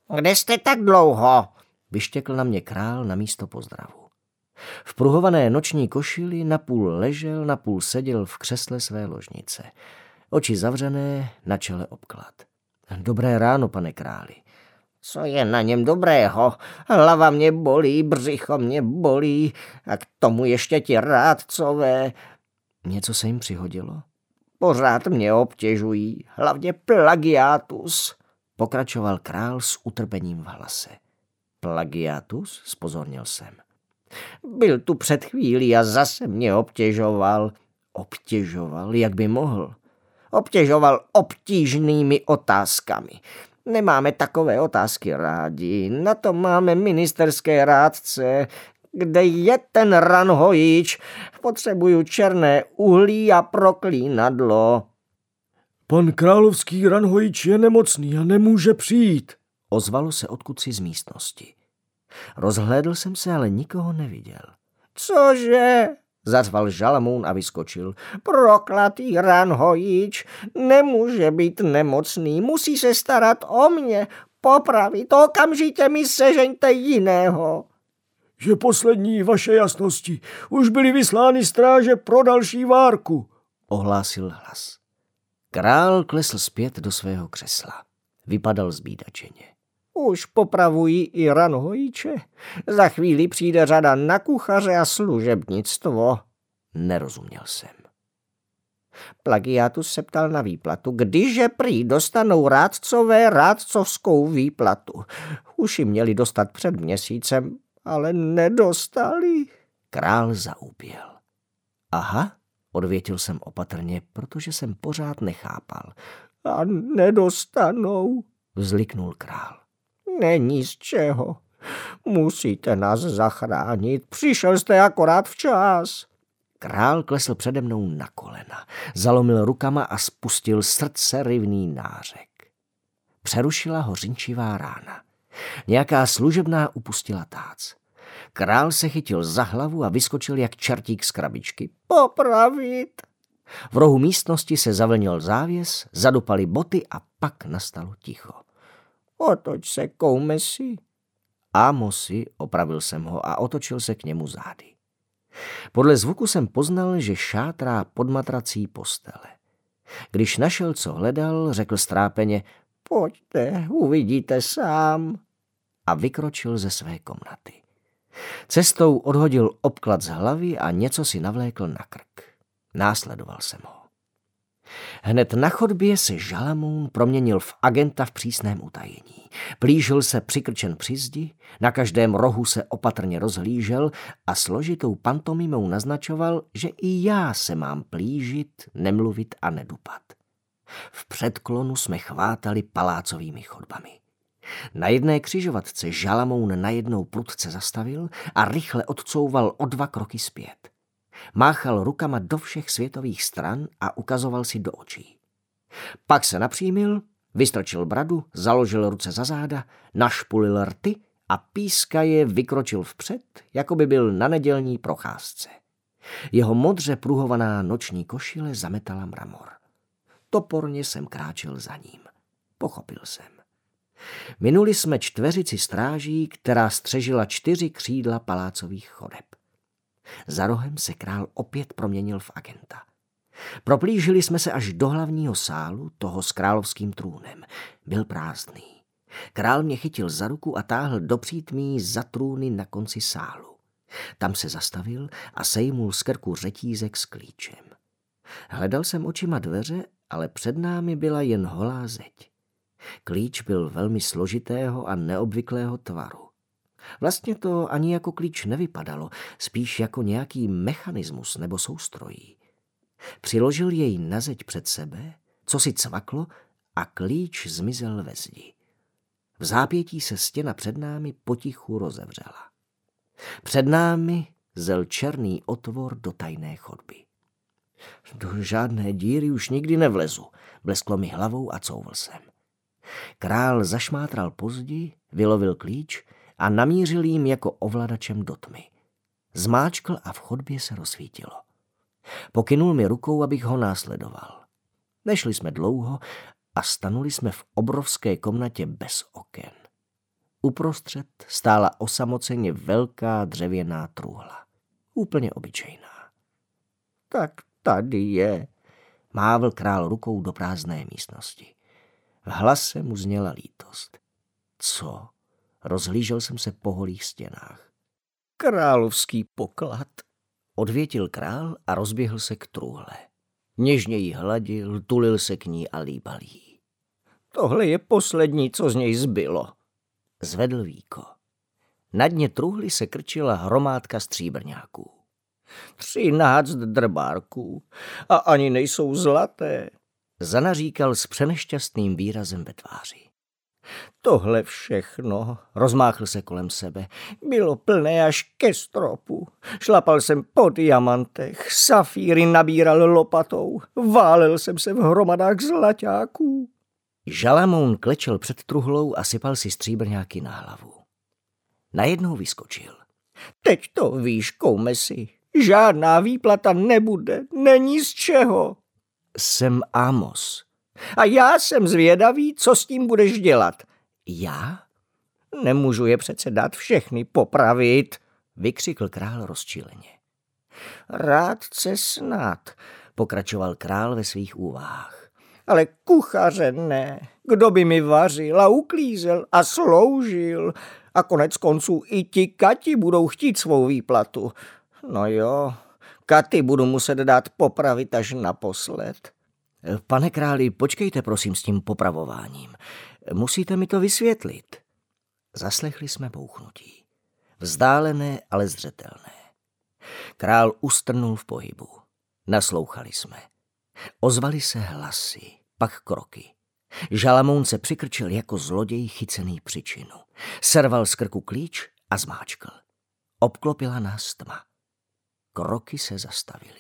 Kde jste tak dlouho? Vyštěkl na mě král na místo pozdravu. V pruhované noční košili napůl ležel, napůl seděl v křesle své ložnice. Oči zavřené, na čele obklad. Dobré ráno, pane králi. Co je na něm dobrého? Hlava mě bolí, břicho mě bolí a k tomu ještě ti rádcové. Něco se jim přihodilo? Pořád mě obtěžují, hlavně plagiátus, pokračoval král s utrpením v hlase. Plagiátus? Zpozornil jsem. Byl tu před chvílí a zase mě obtěžoval. Obtěžoval? Jak by mohl? Obtěžoval obtížnými otázkami. Nemáme takové otázky rádi, na to máme ministerské rádce. Kde je ten ranhojič? Potřebuju černé uhlí a proklínadlo. Pan královský ranhojič je nemocný a nemůže přijít, ozvalo se odkudsi z místnosti. Rozhlédl jsem se, ale nikoho neviděl. Cože? Zařval Žalamoun a vyskočil. Proklatý ranhojič nemůže být nemocný, musí se starat o mě, popravit, okamžitě mi sežeňte jiného. Že poslední vaše jasnosti už byly vyslány stráže pro další várku, ohlásil hlas. Král klesl zpět do svého křesla. Vypadal zbídačeně. Už popravují i ranhojiče. Za chvíli přijde řada na kuchaře a služebnictvo. Nerozuměl jsem. Plagiátus se ptal na výplatu. Kdyže prý dostanou rádcové rádcovskou výplatu. Už ji měli dostat před měsícem, ale nedostali. Král zaúpěl. Aha, odvětil jsem opatrně, protože jsem pořád nechápal. A nedostanou, vzliknul král. Není z čeho. Musíte nás zachránit. Přišel jste akorát včas. Král klesl přede mnou na kolena, zalomil rukama a spustil srdcerivný nářek. Přerušila ho řinčivá rána. Nějaká služebná upustila tác. Král se chytil za hlavu a vyskočil jak čertík z krabičky. Popravit! V rohu místnosti se zavlnil závěs, zadupaly boty a pak nastalo ticho. Otoč se, koumesi. Ámosi, opravil jsem ho a otočil se k němu zády. Podle zvuku jsem poznal, že šátrá pod matrací postele. Když našel, co hledal, řekl strápeně: Pojďte, uvidíte sám. A vykročil ze své komnaty. Cestou odhodil obklad z hlavy a něco si navlékl na krk. Následoval jsem ho. Hned na chodbě se Žalamoun proměnil v agenta v přísném utajení. Plížil se přikrčen při zdi, na každém rohu se opatrně rozhlížel a složitou pantomimou naznačoval, že i já se mám plížit, nemluvit a nedupat. V předklonu jsme chvátali palácovými chodbami. Na jedné křižovatce Žalamoun najednou prudce zastavil a rychle odcouval o 2 kroky zpět. Máchal rukama do všech světových stran a ukazoval si do očí. Pak se napřímil, vystrčil bradu, založil ruce za záda, našpulil rty a pískaje vykročil vpřed, jako by byl na nedělní procházce. Jeho modře pruhovaná noční košile zametala mramor. Toporně jsem kráčel za ním. Pochopil jsem. Minuli jsme čtveřici stráží, která střežila 4 křídla palácových chodeb. Za rohem se král opět proměnil v agenta. Proplížili jsme se až do hlavního sálu, toho s královským trůnem. Byl prázdný. Král mě chytil za ruku a táhl do přítmí za trůny na konci sálu. Tam se zastavil a sejmul z krku řetízek s klíčem. Hledal jsem očima dveře, ale před námi byla jen holá zeď. Klíč byl velmi složitého a neobvyklého tvaru. Vlastně to ani jako klíč nevypadalo, spíš jako nějaký mechanismus nebo soustrojí. Přiložil jej na zeď před sebe, co si cvaklo a klíč zmizel ve zdi. V zápětí se stěna před námi potichu rozevřela. Před námi zel černý otvor do tajné chodby. Do žádné díry už nikdy nevlezu, blesklo mi hlavou a couvl jsem. Král zašmátral po zdi, vylovil klíč a namířil jim jako ovladačem do tmy. Zmáčkl a v chodbě se rozsvítilo. Pokynul mi rukou, abych ho následoval. Nešli jsme dlouho a stanuli jsme v obrovské komnatě bez oken. Uprostřed stála osamoceně velká dřevěná truhla. Úplně obyčejná. Tak tady je, mávl král rukou do prázdné místnosti. V hlase mu zněla lítost. Co? Rozhlížel jsem se po holých stěnách. Královský poklad, odvětil král a rozběhl se k truhle. Něžně ji hladil, tulil se k ní a líbal jí. Tohle je poslední, co z něj zbylo. Zvedl víko. Na dně truhly se krčila hromádka stříbrňáků. 13 drbárků a ani nejsou zlaté, zanaříkal s přenešťastným výrazem ve tváři. Tohle všechno, rozmáchl se kolem sebe, bylo plné až ke stropu. Šlapal jsem po diamantech, safíry nabíral lopatou, válel jsem se v hromadách zlaťáků. Žalamoun klečel před truhlou a sypal si stříbrňáky na hlavu. Najednou vyskočil. Teď to víš, koumesi, žádná výplata nebude, není z čeho. Jsem Amos. A já jsem zvědavý, co s tím budeš dělat. Já? Nemůžu je přece dát všechny popravit, vykřikl král rozčileně. Rádce snad, pokračoval král ve svých úvahách. Ale kuchaře ne. Kdo by mi vařil a uklízel a sloužil? A konec konců i ti Kati budou chtít svou výplatu. No jo, Katy budu muset dát popravit až naposled. Pane králi, počkejte prosím s tím popravováním. Musíte mi to vysvětlit. Zaslechli jsme bouchnutí. Vzdálené, ale zřetelné. Král ustrnul v pohybu. Naslouchali jsme. Ozvaly se hlasy, pak kroky. Žalamoun se přikrčil jako zloděj chycený při činu. Serval z krku klíč a zmáčkl. Obklopila nás tma. Kroky se zastavily.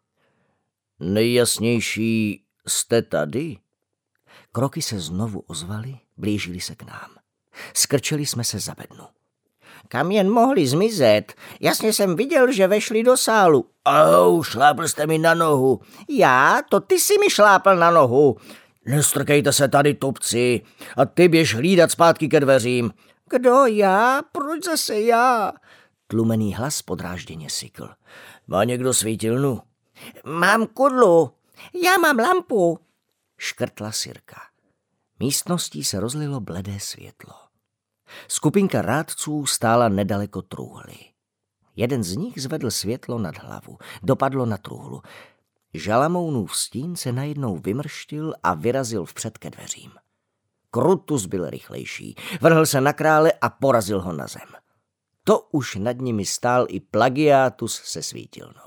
Nejjasnější, jste tady? Kroky se znovu ozvaly, blížili se k nám. Skrčili jsme se za bednu. Kam jen mohli zmizet? Jasně jsem viděl, že vešli do sálu. Au, šlápl jste mi na nohu. Já? To ty si mi šlápl na nohu. Nestrkejte se tady, tupci, a ty běž hlídat zpátky ke dveřím. Kdo já? Proč zase já? Tlumený hlas podrážděně sykl. Má někdo svítilnu? Mám kudlu. Já mám lampu. Škrtla Sirka. Místností se rozlilo bledé světlo. Skupinka rádců stála nedaleko truhly. Jeden z nich zvedl světlo nad hlavu, dopadlo na truhlu. Žalamounův stín se najednou vymrštil a vyrazil vpřed ke dveřím. Krutus byl rychlejší, vrhl se na krále a porazil ho na zem. To už nad nimi stál i Plagiátus se svítilnou.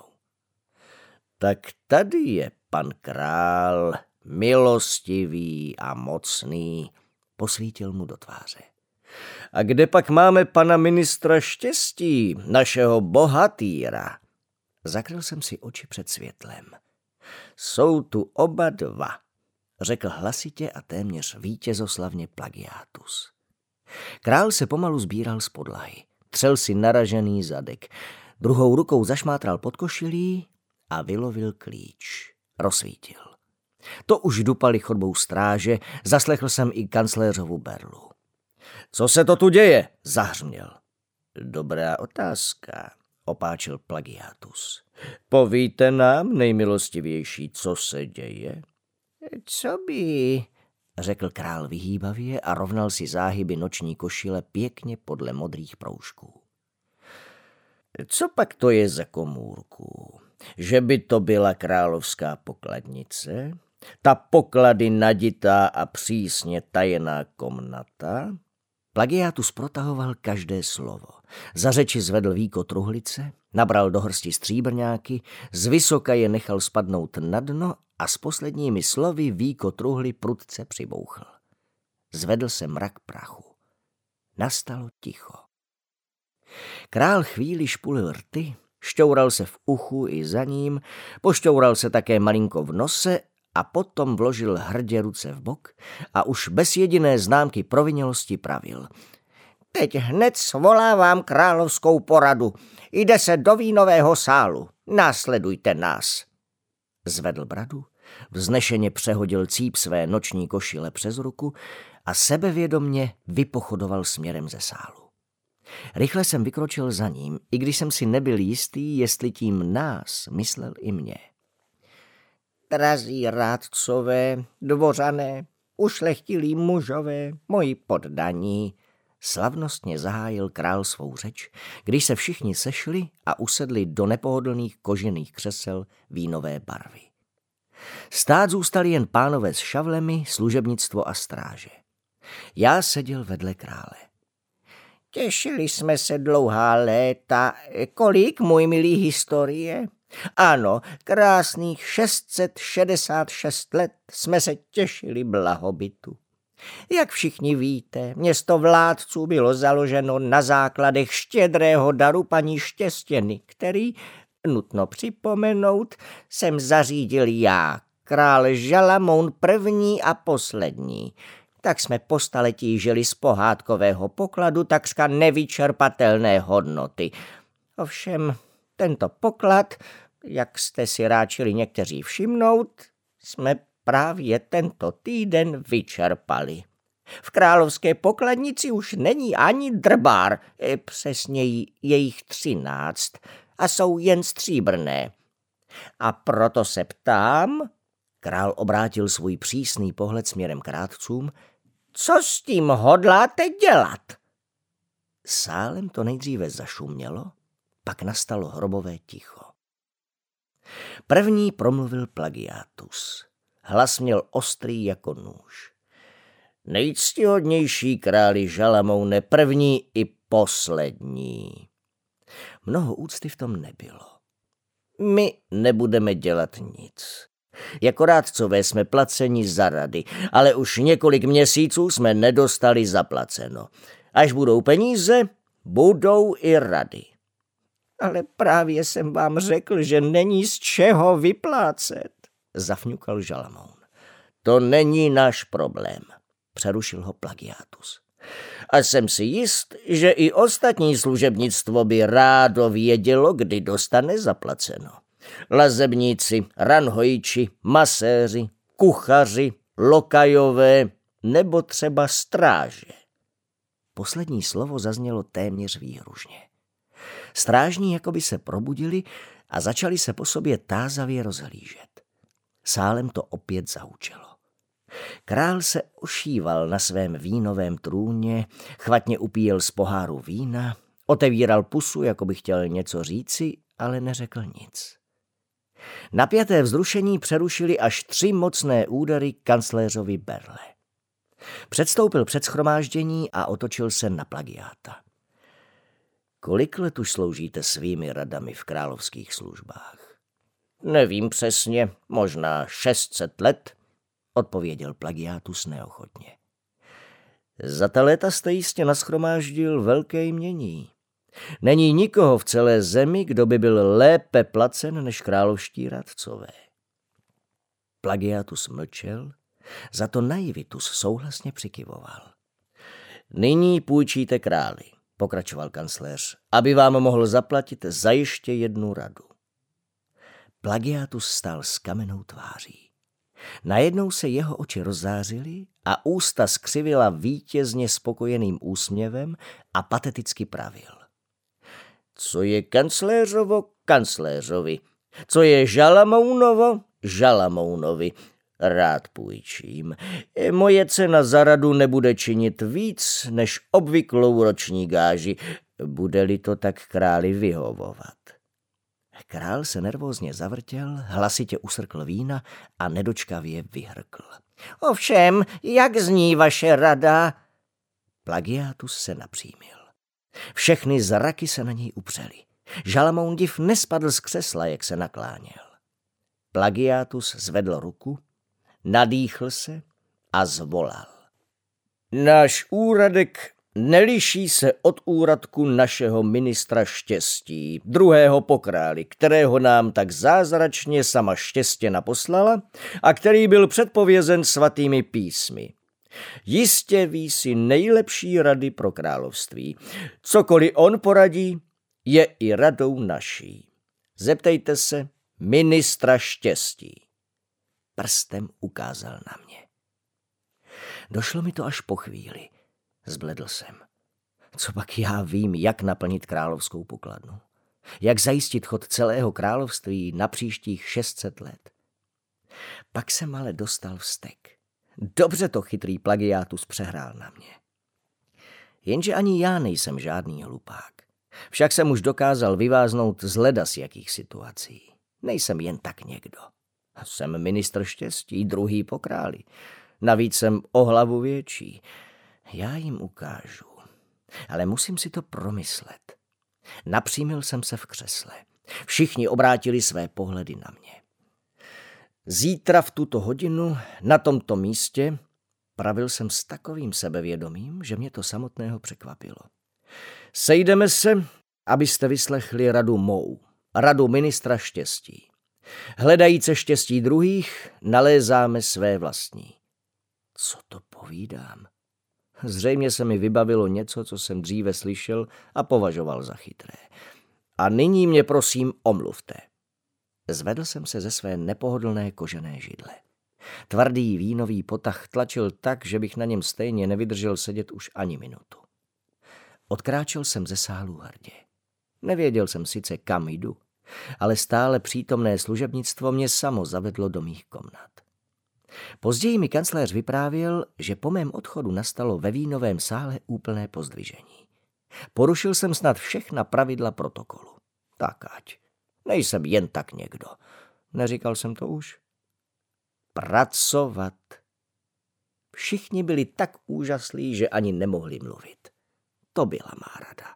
Tak tady je pan král, milostivý a mocný, posvítil mu do tváře. A kde pak máme pana ministra štěstí, našeho bohatýra? Zakryl jsem si oči před světlem. Jsou tu oba dva, řekl hlasitě a téměř vítězoslavně Plagiátus. Král se pomalu sbíral z podlahy, třel si naražený zadek, druhou rukou zašmátral pod košilí a vylovil klíč. Rozsvítil. To už dupali chodbou stráže, zaslechl jsem i kancléřovu berlu. Co se to tu děje? Zahřměl. Dobrá otázka, opáčil Plagiátus. Povíte nám, nejmilostivější, co se děje? Co by, řekl král vyhýbavě a rovnal si záhyby noční košile pěkně podle modrých proužků. Co pak to je za komůrku? Že by to byla královská pokladnice? Ta poklady naditá a přísně tajená komnata? Plagiátus protahoval každé slovo. Za řeči zvedl víko truhlice, nabral do hrsti stříbrňáky, zvysoka je nechal spadnout na dno a s posledními slovy víko truhly prudce přibouchl. Zvedl se mrak prachu. Nastalo ticho. Král chvíli špulil rty, šťoural se v uchu i za ním, pošťoural se také malinko v nose a potom vložil hrdě ruce v bok a už bez jediné známky provinělosti pravil. Teď hned svolávám královskou poradu. Jde se do vínového sálu. Následujte nás. Zvedl bradu, vznešeně přehodil cíp své noční košile přes ruku a sebevědomně vypochodoval směrem ze sálu. Rychle jsem vykročil za ním, i když jsem si nebyl jistý, jestli tím nás myslel i mě. Drazí rádcové, dvořané, ušlechtilí mužové, moji poddaní, slavnostně zahájil král svou řeč, když se všichni sešli a usedli do nepohodlných kožených křesel vínové barvy. Stát zůstali jen pánové s šavlemi, služebnictvo a stráže. Já seděl vedle krále. Těšili jsme se dlouhá léta. Kolik, můj milý, historie? Ano, krásných 666 let jsme se těšili blahobytu. Jak všichni víte, město vládců bylo založeno na základech štědrého daru paní Štěstěny, který, nutno připomenout, jsem zařídil já, král Žalamoun první a poslední. Tak jsme po staletí žili z pohádkového pokladu takřka nevyčerpatelné hodnoty. Ovšem, tento poklad, jak jste si ráčili někteří všimnout, jsme právě tento týden vyčerpali. V královské pokladnici už není ani drbár, přesněji jejich 13, a jsou jen stříbrné. A proto se ptám, král obrátil svůj přísný pohled směrem k rádcům, co s tím hodláte dělat? Sálem to nejdříve zašumělo, pak nastalo hrobové ticho. První promluvil Plagiatus. Hlas měl ostrý jako nůž. Nejctihodnější králi Žalamoune, první i poslední. Mnoho úcty v tom nebylo. My nebudeme dělat nic. Jako rádcové jsme placeni za rady, ale už několik měsíců jsme nedostali zaplaceno. Až budou peníze, budou i rady. Ale právě jsem vám řekl, že není z čeho vyplácet, zafňukal Žalamoun. To není náš problém, přerušil ho Plagiatus. A jsem si jist, že i ostatní služebnictvo by rádo vědělo, kdy dostane zaplaceno. Lazebníci, ranhojiči, maséři, kuchaři, lokajové nebo třeba stráže. Poslední slovo zaznělo téměř výhružně. Strážní jakoby se probudili a začali se po sobě tázavě rozhlížet. Sálem to opět zahučelo. Král se ošíval na svém vínovém trůně, chvatně upíjel z poháru vína, otevíral pusu, jako by chtěl něco říci, ale neřekl nic. Napjaté vzrušení přerušili až 3 mocné údery kancléřovi berle. Předstoupil před shromáždění a otočil se na Plagiáta. Kolik let už sloužíte svými radami v královských službách? Nevím přesně, možná 600 let, odpověděl Plagiatus neochotně. Za ta léta jste jistě nashromáždil velké jmění. Není nikoho v celé zemi, kdo by byl lépe placen než královští radcové. Plagiatus mlčel, za to Naivitus souhlasně přikyvoval. Nyní půjčíte králi, pokračoval kancléř, aby vám mohl zaplatit za ještě 1 radu. Plagiatus stál s kamennou tváří. Najednou se jeho oči rozzářily a ústa skřivila vítězně spokojeným úsměvem a pateticky pravil. Co je kancléřovo, kancléřovi. Co je Žalamounovo, Žalamounovi. Rád půjčím. Moje cena za radu nebude činit víc než obvyklou roční gáži, bude-li to tak králi vyhovovat. Král se nervózně zavrtěl, hlasitě usrkl vína a nedočkavě vyhrkl. Ovšem, jak zní vaše rada? Plagiatus se napřímil. Všechny zraky se na něj upřely. Žalamoun div nespadl z křesla, jak se nakláněl. Plagiatus zvedl ruku, nadýchl se a zvolal. Náš úradek neliší se od úradku našeho ministra štěstí, druhého po králi, kterého nám tak zázračně sama Štěstěna poslala a který byl předpovězen svatými písmy. Jistě ví si nejlepší rady pro království. Cokoliv on poradí, je i radou naší. Zeptejte se ministra štěstí. Prstem ukázal na mě. Došlo mi to až po chvíli. Zbledl jsem. Co pak já vím, jak naplnit královskou pokladnu? Jak zajistit chod celého království na příštích 600 let? Pak jsem ale dostal vztek. Dobře to chytrý Plagiátus přehrál na mě. Jenže ani já nejsem žádný hlupák. Však jsem už dokázal vyváznout z leda z jakých situací. Nejsem jen tak někdo. Jsem ministr štěstí, druhý po králi. Navíc jsem o hlavu větší. Já jim ukážu. Ale musím si to promyslet. Napřímil jsem se v křesle. Všichni obrátili své pohledy na mě. Zítra v tuto hodinu, na tomto místě, pravil jsem s takovým sebevědomím, že mě to samotného překvapilo. Sejdeme se, abyste vyslechli radu mou, radu ministra štěstí. Hledajíce štěstí druhých, nalézáme své vlastní. Co to povídám? Zřejmě se mi vybavilo něco, co jsem dříve slyšel a považoval za chytré. A nyní mě prosím omluvte. Zvedl jsem se ze své nepohodlné kožené židle. Tvrdý vínový potah tlačil tak, že bych na něm stejně nevydržel sedět už ani minutu. Odkráčel jsem ze sálu hrdě. Nevěděl jsem sice, kam jdu, ale stále přítomné služebnictvo mě samo zavedlo do mých komnat. Později mi kancléř vyprávěl, že po mém odchodu nastalo ve vínovém sále úplné pozdvižení. Porušil jsem snad všechna pravidla protokolu. Tak ať. Nejsem jen tak někdo. Neříkal jsem to už? Pracovat. Všichni byli tak úžaslí, že ani nemohli mluvit. To byla má rada.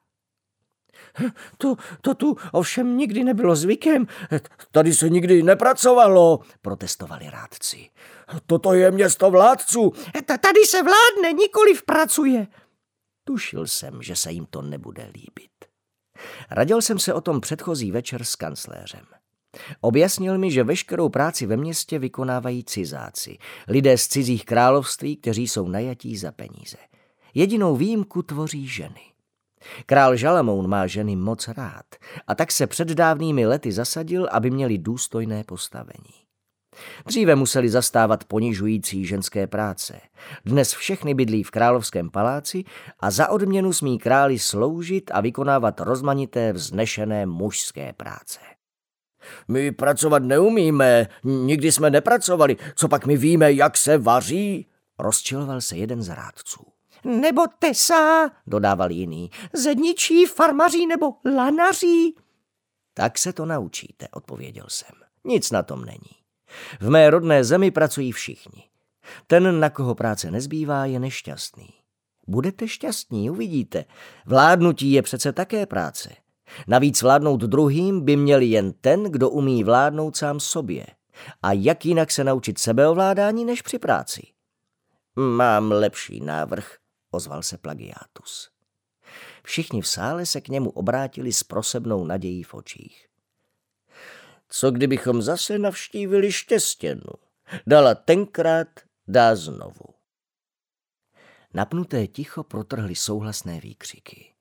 To tu ovšem nikdy nebylo zvykem. Tady se nikdy nepracovalo, protestovali rádci. Toto je město vládců. Tady se vládne, nikoliv pracuje. Tušil jsem, že se jim to nebude líbit. Radil jsem se o tom předchozí večer s kancléřem. Objasnil mi, že veškerou práci ve městě vykonávají cizáci, lidé z cizích království, kteří jsou najatí za peníze. Jedinou výjimku tvoří ženy. Král Žalamoun má ženy moc rád a tak se před dávnými lety zasadil, aby měli důstojné postavení. Dříve museli zastávat ponižující ženské práce. Dnes všechny bydlí v královském paláci a za odměnu smí králi sloužit a vykonávat rozmanité vznešené mužské práce. My pracovat neumíme, nikdy jsme nepracovali, co pak my víme, jak se vaří? Rozčiloval se jeden z rádců. Nebo tesá, dodával jiný. Zedničí, farmaří nebo lanaří. Tak se to naučíte, odpověděl jsem. Nic na tom není. V mé rodné zemi pracují všichni. Ten, na koho práce nezbývá, je nešťastný. Budete šťastní, uvidíte. Vládnutí je přece také práce. Navíc vládnout druhým by měl jen ten, kdo umí vládnout sám sobě. A jak jinak se naučit sebeovládání než při práci? Mám lepší návrh, ozval se Plagiátus. Všichni v sále se k němu obrátili s prosebnou nadějí v očích. Co kdybychom zase navštívili Štěstěnu? Dala tenkrát, dá znovu. Napnuté ticho protrhly souhlasné výkřiky.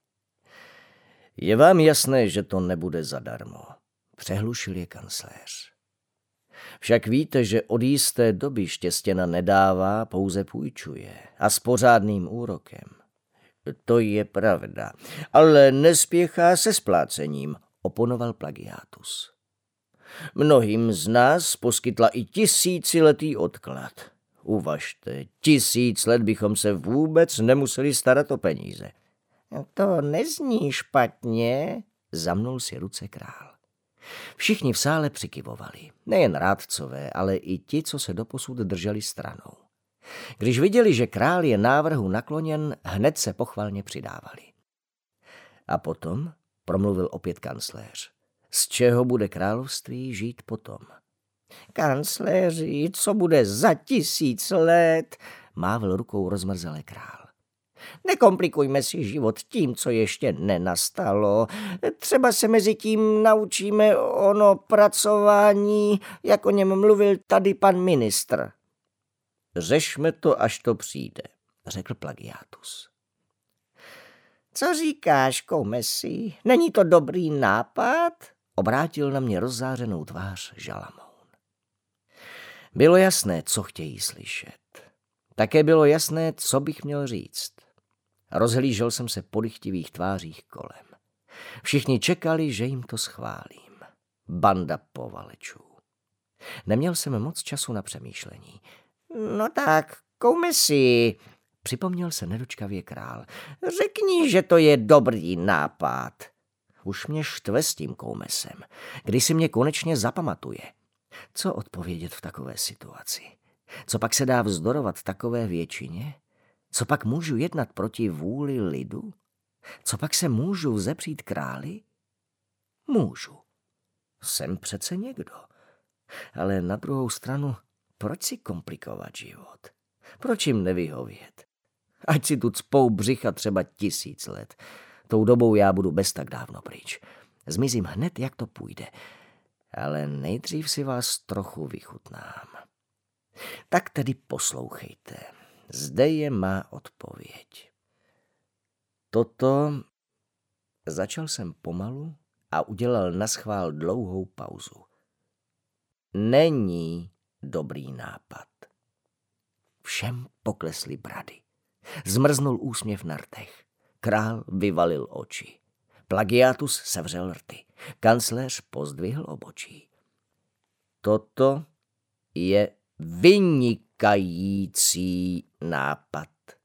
Je vám jasné, že to nebude zadarmo, přehlušil je kancléř. Však víte, že od jisté doby Štěstěna nedává, pouze půjčuje a s pořádným úrokem. To je pravda, ale nespěchá se splácením, oponoval Plagiátus. Mnohým z nás poskytla i 1000letý odklad. Uvažte, 1000 let bychom se vůbec nemuseli starat o peníze. To nezní špatně, zamnul si ruce král. Všichni v sále přikyvovali, nejen rádcové, ale i ti, co se doposud drželi stranou. Když viděli, že král je návrhu nakloněn, hned se pochvalně přidávali. A potom, promluvil opět kancléř, z čeho bude království žít potom? Kancléři, co bude za 1000 let? Mávl rukou rozmrzelé král. Nekomplikujme si život tím, co ještě nenastalo. Třeba se mezi tím naučíme ono pracování, jak o něm mluvil tady pan ministr. Řešme to, až to přijde, řekl Plagiátus. Co říkáš, koumesi? Není to dobrý nápad? Obrátil na mě rozzářenou tvář Žalamoun. Bylo jasné, co chtějí slyšet. Také bylo jasné, co bych měl říct. Rozhlížel jsem se po dychtivých tvářích kolem. Všichni čekali, že jim to schválím. Banda povalečů. Neměl jsem moc času na přemýšlení. No tak, koumesi, Připomněl se nedočkavě král. řekni, že to je dobrý nápad. Už mě štve s tím koumesem. Kdy si mě konečně zapamatuje. Co odpovědět v takové situaci? Co pak se dá vzdorovat takové většině? Co pak můžu jednat proti vůli lidu? Co pak se můžu vzepřít králi? Můžu. Jsem přece někdo. Ale na druhou stranu, proč si komplikovat život? Proč jim nevyhovět? Ať si tu cpou břicha třeba 1000 let. Tou dobou já budu bez tak dávno pryč. Zmizím hned, jak to půjde. Ale nejdřív si vás trochu vychutnám. Tak tedy poslouchejte. Zde je má odpověď. Toto... Začal jsem pomalu a udělal naschvál dlouhou pauzu. Není dobrý nápad. Všem poklesly brady. Zmrznul úsměv na rtech. Král vyvalil oči. Plagiátus sevřel rty. Kancléř pozdvihl obočí. Toto je vynikající nápad.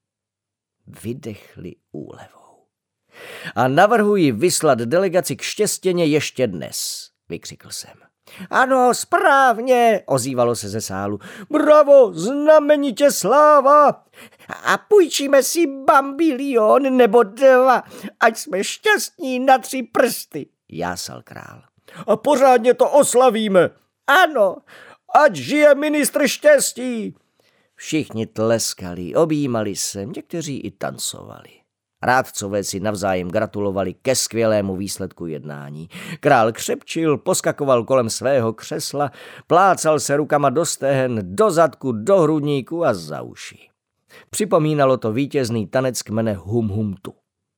Vydechli úlevou. A navrhuji vyslat delegaci k Štěstěně ještě dnes, vykřikl jsem. Ano, správně, Ozývalo se ze sálu. Bravo, znamenitě sláva. A půjčíme si bambilion nebo 2, ať jsme šťastní na 3 prsty. Jásal král. A pořádně to oslavíme. Ano, ať žije ministr štěstí. Všichni tleskali, objímali se, někteří i tancovali. Rádcové si navzájem gratulovali ke skvělému výsledku jednání. Král křepčil, poskakoval kolem svého křesla, plácal se rukama do stehen, do zadku, do hrudníku a za uši. Připomínalo to vítězný tanec kmene Hum-Humtu.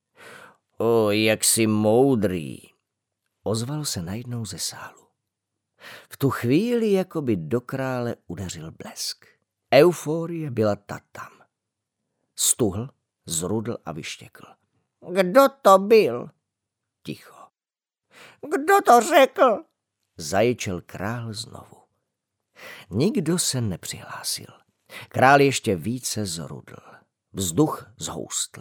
O, jak jsi moudrý, ozval se najednou ze sálu. V tu chvíli jakoby do krále udeřil blesk. Euforie byla tam. Stuhl, zrudl a vyštěkl. Kdo to byl? Ticho. Kdo to řekl? Zaječel král znovu. Nikdo se nepřihlásil. Král ještě více zrudl. Vzduch zhoustl.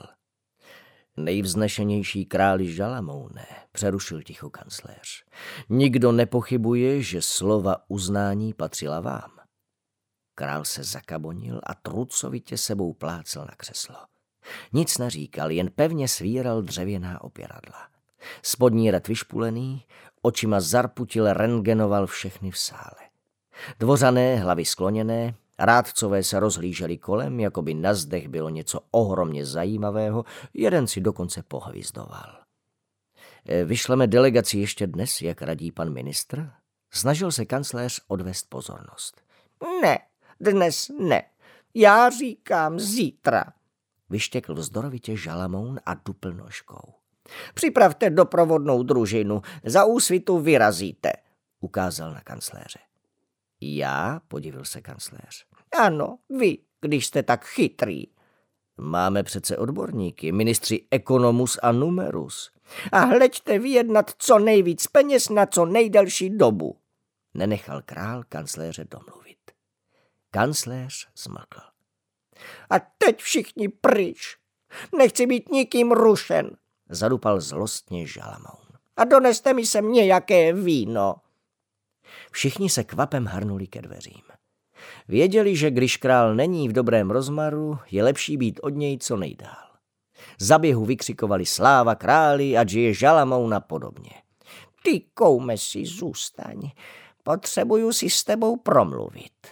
Nejvznešenější králi Žalamouné, přerušil ticho kancléř. Nikdo nepochybuje, že slova uznání patřila vám. Král se zakabonil a trucovitě sebou plácel na křeslo. Nic neříkal, jen pevně svíral dřevěná opěradla. Spodní red vyšpulený, očima zarputile rentgenoval všechny v sále. Dvořané, hlavy skloněné, rádcové se rozhlíželi kolem, jako by na zdech bylo něco ohromně zajímavého, jeden si dokonce pohvizdoval. Vyšleme delegaci ještě dnes, jak radí pan ministr? Snažil se kancléř odvést pozornost. Ne, dnes ne. Já říkám zítra. Vyštěkl vzdorovitě Žalamoun a dupl nožkou. Připravte doprovodnou družinu, za Úsvitu vyrazíte, ukázal na kancléře. Já? Podivil se kancléř. Ano, vy, když jste tak chytrý. Máme přece odborníky, ministři Economus a Numerus. A hleďte vyjednat co nejvíc peněz na co nejdelší dobu. Nenechal král kancléře domluvit. Kancléř zmlkl. A teď všichni pryč. Nechci být nikým rušen, zadupal zlostně Žalamoun. A doneste mi sem nějaké víno. Všichni se kvapem hrnuli ke dveřím. Věděli, že když král není v dobrém rozmaru, je lepší být od něj co nejdál. Za běhu vykřikovali sláva králi, ať žije Žalamoun a podobně. Ty, koumesi, zůstaň. Potřebuju si s tebou promluvit.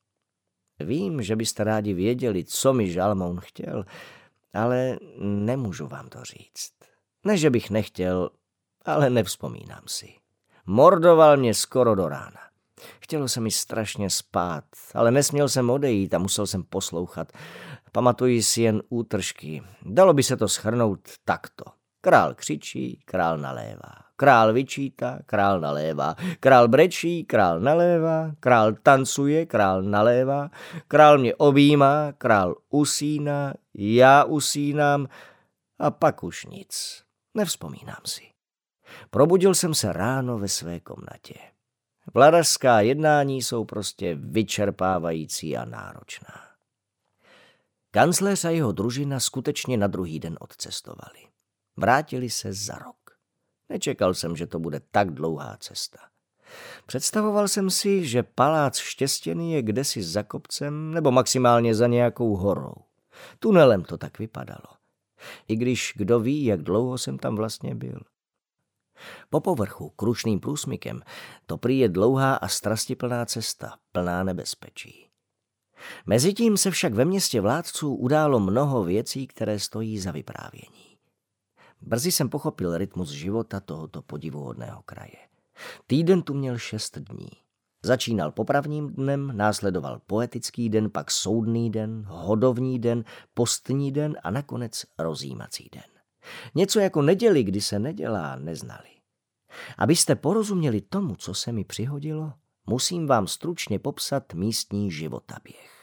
Vím, že byste rádi věděli, co mi Žalamoun chtěl, ale nemůžu vám to říct. Ne, že bych nechtěl, ale nevzpomínám si. Mordoval mě skoro do rána. Chtělo se mi strašně spát, ale nesměl jsem odejít a musel jsem poslouchat. Pamatuji si jen útržky. Dalo by se to shrnout takto. Král křičí, král nalévá. Král vyčítá, král nalévá, král brečí, král nalévá, král tancuje, král nalévá, král mě objímá, král usíná, já usínám a pak už nic. Nevzpomínám si. Probudil jsem se ráno ve své komnatě. Vladařská jednání jsou prostě vyčerpávající a náročná. Kancléř a jeho družina skutečně na druhý den odcestovali. Vrátili se za rok. Nečekal jsem, že to bude tak dlouhá cesta. Představoval jsem si, že palác Štěstěný je kdesi za kopcem nebo maximálně za nějakou horou. Tunelem to tak vypadalo. I když kdo ví, jak dlouho jsem tam vlastně byl. Po povrchu, krušným průsmykem, to prý je dlouhá a strastiplná cesta, plná nebezpečí. Mezitím se však ve městě vládců událo mnoho věcí, které stojí za vyprávění. Brzy jsem pochopil rytmus života tohoto podivuhodného kraje. Týden tu měl 6 dní. Začínal popravním dnem, následoval poetický den, pak soudný den, hodovní den, postní den a nakonec rozjímací den. Něco jako neděli, kdy se nedělá, neznali. Abyste porozuměli tomu, co se mi přihodilo, musím vám stručně popsat místní životaběh.